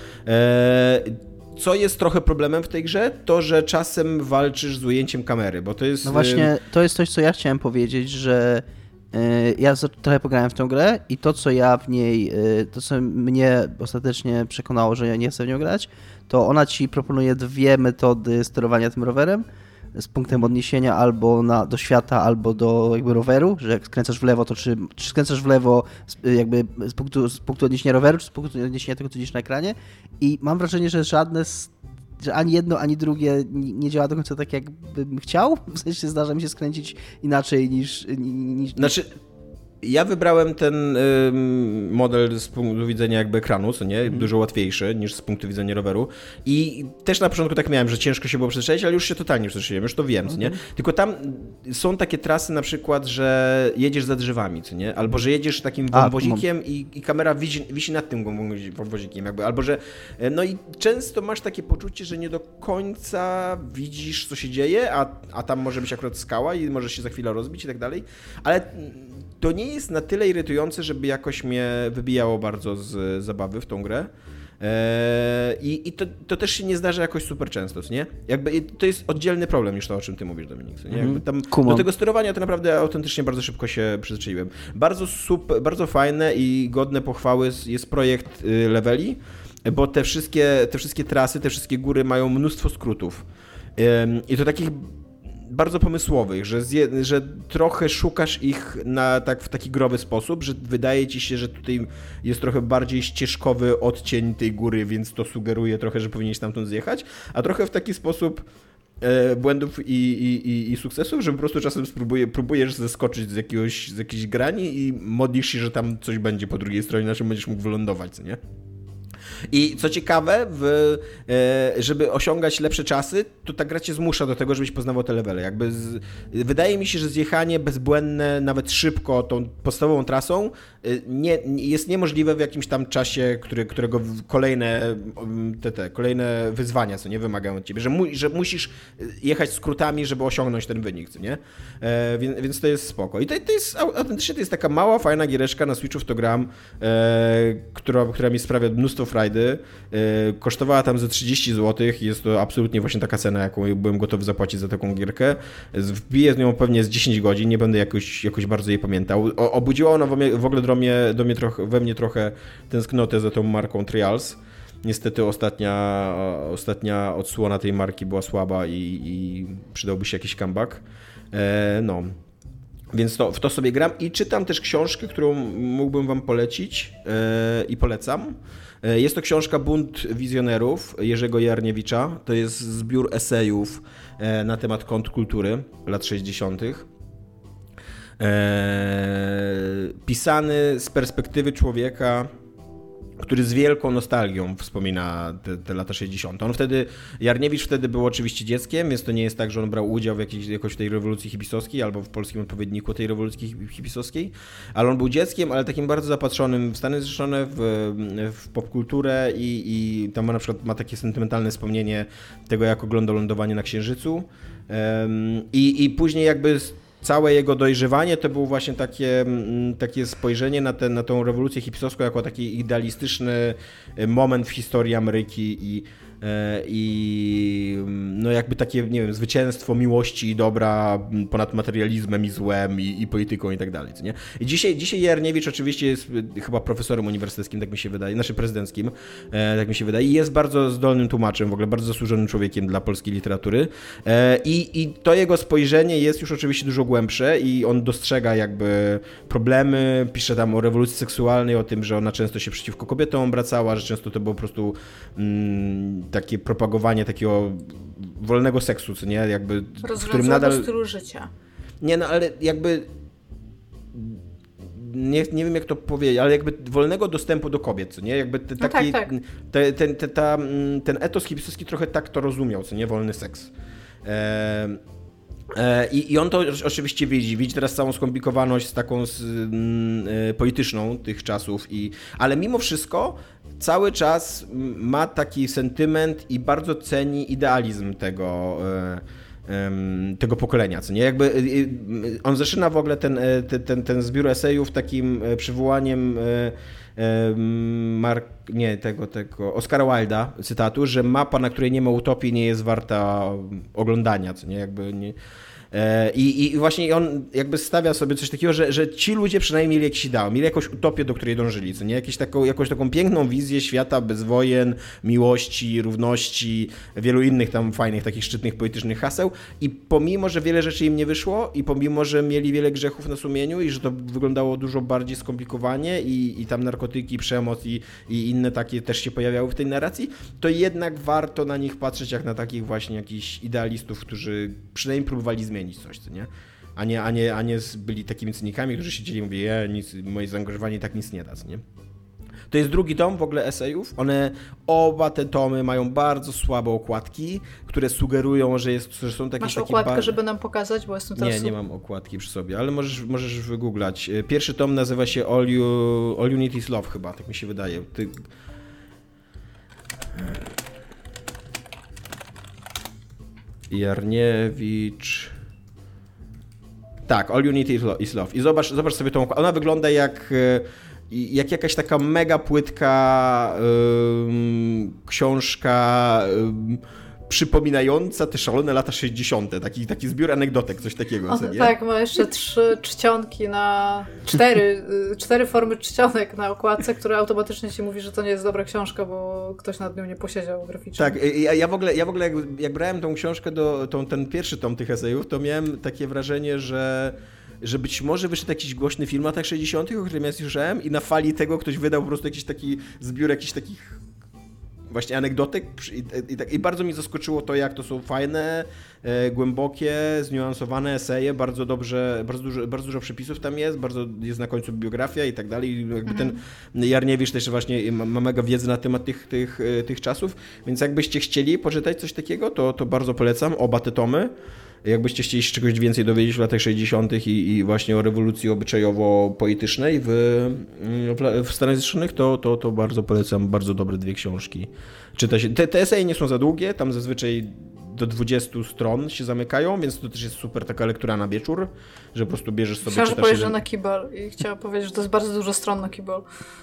B: Co jest trochę problemem w tej grze, to że czasem walczysz z ujęciem kamery, bo to jest...
D: No właśnie, to jest coś, co ja chciałem powiedzieć, że ja trochę pograłem w tę grę i to, co ja w niej, to co mnie ostatecznie przekonało, że ja nie chcę w nią grać, to ona ci proponuje dwie metody sterowania tym rowerem z punktem odniesienia albo do świata, albo do jakby roweru, że jak skręcasz w lewo, to czy skręcasz w lewo jakby z punktu odniesienia roweru, czy z punktu odniesienia tego, co widzisz na ekranie i mam wrażenie, że że ani jedno, ani drugie nie działa do końca tak, jakbym chciał. W sensie zdarza mi się skręcić inaczej niż...
B: Znaczy, ja wybrałem ten model z punktu widzenia jakby ekranu, co nie? Dużo łatwiejszy niż z punktu widzenia roweru. I też na początku tak miałem, że ciężko się było przyzwyczaić, ale już się totalnie przyzwyczaiłem, już to wiem, co nie? Tylko tam są takie trasy na przykład, że jedziesz za drzewami, co nie? Albo że jedziesz takim wąwozikiem i kamera wisi nad tym wąwozikiem jakby, albo że... No i często masz takie poczucie, że nie do końca widzisz, co się dzieje, a tam może być akurat skała i możesz się za chwilę rozbić i tak dalej, ale to nie jest na tyle irytujące, żeby jakoś mnie wybijało bardzo z zabawy w tą grę. I to też się nie zdarza jakoś super często, nie? Jakby to jest oddzielny problem niż to, o czym ty mówisz, Dominik. Nie? Jakby tam do tego sterowania to naprawdę autentycznie bardzo szybko się przyzwyczaiłem. Bardzo fajne i godne pochwały jest projekt leveli, bo te wszystkie trasy, te wszystkie góry mają mnóstwo skrótów. I to takich bardzo pomysłowych, że trochę szukasz ich w taki growy sposób, że wydaje ci się, że tutaj jest trochę bardziej ścieżkowy odcień tej góry, więc to sugeruje trochę, że powinieneś stamtąd zjechać, a trochę w taki sposób błędów i sukcesów, że po prostu czasem próbujesz zeskoczyć z jakiejś grani i modlisz się, że tam coś będzie po drugiej stronie, na czym będziesz mógł wylądować, nie? I co ciekawe, żeby osiągać lepsze czasy, to ta gra cię zmusza do tego, żebyś poznawał te levele. Wydaje mi się, że zjechanie bezbłędne, nawet szybko tą podstawową trasą jest niemożliwe w jakimś tam czasie, którego kolejne wyzwania, co nie wymagają od ciebie, że musisz jechać skrótami, żeby osiągnąć ten wynik, co nie? Więc to jest spoko. I to jest autentycznie to jest taka mała, fajna giereczka, na Switchu w to gram, która mi sprawia mnóstwo frajdy. Kosztowała tam ze 30 zł. Jest to absolutnie właśnie taka cena, jaką byłem gotowy zapłacić za taką gierkę. Wbiję z nią pewnie z 10 godzin, nie będę jakoś bardzo jej pamiętał. Obudziła ona w ogóle we mnie trochę tęsknotę za tą marką Trials. Niestety ostatnia odsłona tej marki była słaba i przydałby się jakiś comeback. No. Więc w to sobie gram i czytam też książkę, którą mógłbym wam polecić i polecam. Jest to książka Bunt Wizjonerów Jerzego Jarniewicza. To jest zbiór esejów na temat kontrkultury lat 60. Pisany z perspektywy człowieka, który z wielką nostalgią wspomina te lata 60. Jarniewicz wtedy był oczywiście dzieckiem, więc to nie jest tak, że on brał udział jakoś w tej rewolucji hipisowskiej albo w polskim odpowiedniku tej rewolucji hipisowskiej, ale on był dzieckiem, ale takim bardzo zapatrzonym w Stany Zjednoczone, w popkulturę i tam na przykład ma takie sentymentalne wspomnienie tego, jak oglądał lądowanie na Księżycu i później jakby całe jego dojrzewanie to było właśnie takie spojrzenie na tą rewolucję hipisowską jako taki idealistyczny moment w historii Ameryki i no jakby takie, nie wiem, zwycięstwo miłości i dobra ponad materializmem i złem i polityką i tak dalej, co nie? I dzisiaj Jarniewicz oczywiście jest chyba profesorem uniwersyteckim, tak mi się wydaje, prezydenckim, tak mi się wydaje, i jest bardzo zdolnym tłumaczem, w ogóle bardzo zasłużonym człowiekiem dla polskiej literatury i to jego spojrzenie jest już oczywiście dużo głębsze i on dostrzega jakby problemy, pisze tam o rewolucji seksualnej, o tym, że ona często się przeciwko kobietom obracała, że często to było po prostu takie propagowanie takiego wolnego seksu, co nie? Jakby, w którym nadal...
C: stylu życia.
B: Nie, no ale jakby... Nie wiem jak to powiedzieć, ale jakby wolnego dostępu do kobiet, co nie? Jakby taki, tak. Ten etos hipsterski trochę tak to rozumiał, co nie? Wolny seks. I on to oczywiście widzi teraz całą skomplikowaność z taką polityczną tych czasów, ale mimo wszystko cały czas ma taki sentyment i bardzo ceni idealizm tego pokolenia, co nie? Jakby on zaczyna w ogóle ten zbiór esejów takim przywołaniem Oscara Wilda, cytatu, że mapa, na której nie ma utopii, nie jest warta oglądania, co nie? Jakby nie... I właśnie on jakby stawia sobie coś takiego, że ci ludzie przynajmniej mieli jakiś ideał, mieli jakąś utopię, do której dążyli, co nie? Jakąś taką piękną wizję świata bez wojen, miłości, równości, wielu innych tam fajnych, takich szczytnych politycznych haseł i pomimo, że wiele rzeczy im nie wyszło i pomimo, że mieli wiele grzechów na sumieniu i że to wyglądało dużo bardziej skomplikowanie i tam narkotyki, przemoc i inne takie też się pojawiały w tej narracji, to jednak warto na nich patrzeć jak na takich właśnie jakichś idealistów, którzy przynajmniej próbowali zmienić coś, co nie? A nie byli takimi cynikami, którzy siedzieli i mówili, moje zaangażowanie tak nic nie da, co nie? To jest drugi tom w ogóle esejów. Oba te tomy mają bardzo słabe okładki, które sugerują, że są takie...
C: Masz okładkę, żeby nam pokazać, bo jestem teraz...
B: Nie mam okładki przy sobie, ale możesz wygooglać. Pierwszy tom nazywa się All You Need Is Love chyba, tak mi się wydaje. Jarniewicz... Tak, All You Need Is Love. I zobacz sobie tą okładkę. Ona wygląda jak jakaś taka mega płytka książka przypominająca te szalone lata 60. Taki zbiór anegdotek, coś takiego. Co nie?
C: Tak, ma jeszcze 3 czcionki cztery formy czcionek na okładce, które automatycznie ci mówi, że to nie jest dobra książka, bo ktoś nad nią nie posiedział graficznie.
B: Tak, ja w ogóle jak brałem tą książkę, ten pierwszy tom tych esejów, to miałem takie wrażenie, że być może wyszedł jakiś głośny film w latach 60., o którym ja słyszałem i na fali tego ktoś wydał po prostu jakiś taki zbiór jakichś takich właśnie anegdotek i bardzo mi zaskoczyło to, jak to są fajne, głębokie, zniuansowane eseje, bardzo dużo przepisów tam jest, bardzo jest na końcu biografia i tak dalej. Jakby ten Jarniewicz też właśnie ma mega wiedzę na temat tych czasów, więc jakbyście chcieli poczytać coś takiego, to bardzo polecam oba te tomy. Jakbyście chcieli się czegoś więcej dowiedzieć w latach 60. i właśnie o rewolucji obyczajowo-politycznej w Stanach Zjednoczonych, to bardzo polecam, bardzo dobre 2 książki. Czyta się. Te eseje nie są za długie, tam zazwyczaj do 20 stron się zamykają, więc to też jest super taka lektura na wieczór, że po prostu bierzesz sobie...
C: Chciałam powiedzieć, że na Kibel i chciałam powiedzieć, że to jest bardzo dużo stron na Kibel.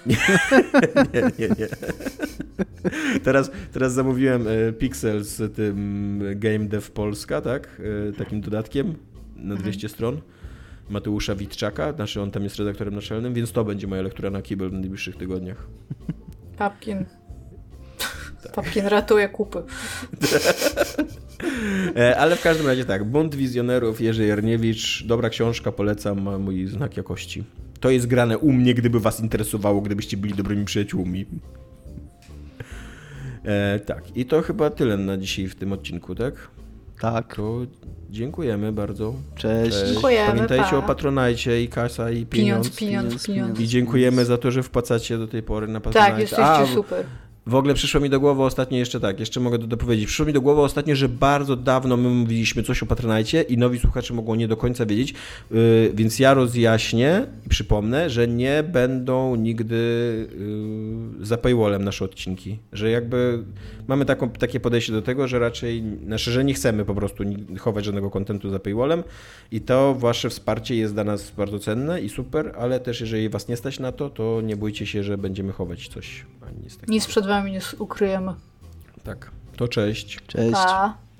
B: Nie. Teraz zamówiłem Pixel z tym Game Dev Polska, tak? Takim dodatkiem na 200 stron. Mateusza Witczaka, on tam jest redaktorem naczelnym, więc to będzie moja lektura na Kibel w najbliższych tygodniach.
C: Papkin. Papkin ratuje kupy.
B: Ale w każdym razie tak, Bunt Wizjonerów, Jerzy Jarniewicz, dobra książka, polecam, ma mój znak jakości. To jest grane u mnie, gdyby was interesowało, gdybyście byli dobrymi przyjaciółmi. Tak, i to chyba tyle na dzisiaj w tym odcinku, tak?
D: Tak.
B: To dziękujemy bardzo.
D: Cześć.
C: Dziękujemy,
B: Pamiętajcie o Patronajcie i kasa i pieniądz. I dziękujemy za to, że wpłacacie do tej pory na Patronite.
C: Tak, jesteście super.
B: W ogóle przyszło mi do głowy ostatnio jeszcze mogę dopowiedzieć. Przyszło mi do głowy ostatnio, że bardzo dawno my mówiliśmy coś o Patronite i nowi słuchacze mogą nie do końca wiedzieć, więc ja rozjaśnię i przypomnę, że nie będą nigdy za paywallem nasze odcinki. Że jakby mamy takie podejście do tego, że raczej, że nie chcemy po prostu chować żadnego kontentu za paywallem i to wasze wsparcie jest dla nas bardzo cenne i super, ale też jeżeli was nie stać na to nie bójcie się, że będziemy chować coś.
C: Nic przed wami nie ukryjemy.
B: Tak. To cześć.
D: Cześć.
C: Pa.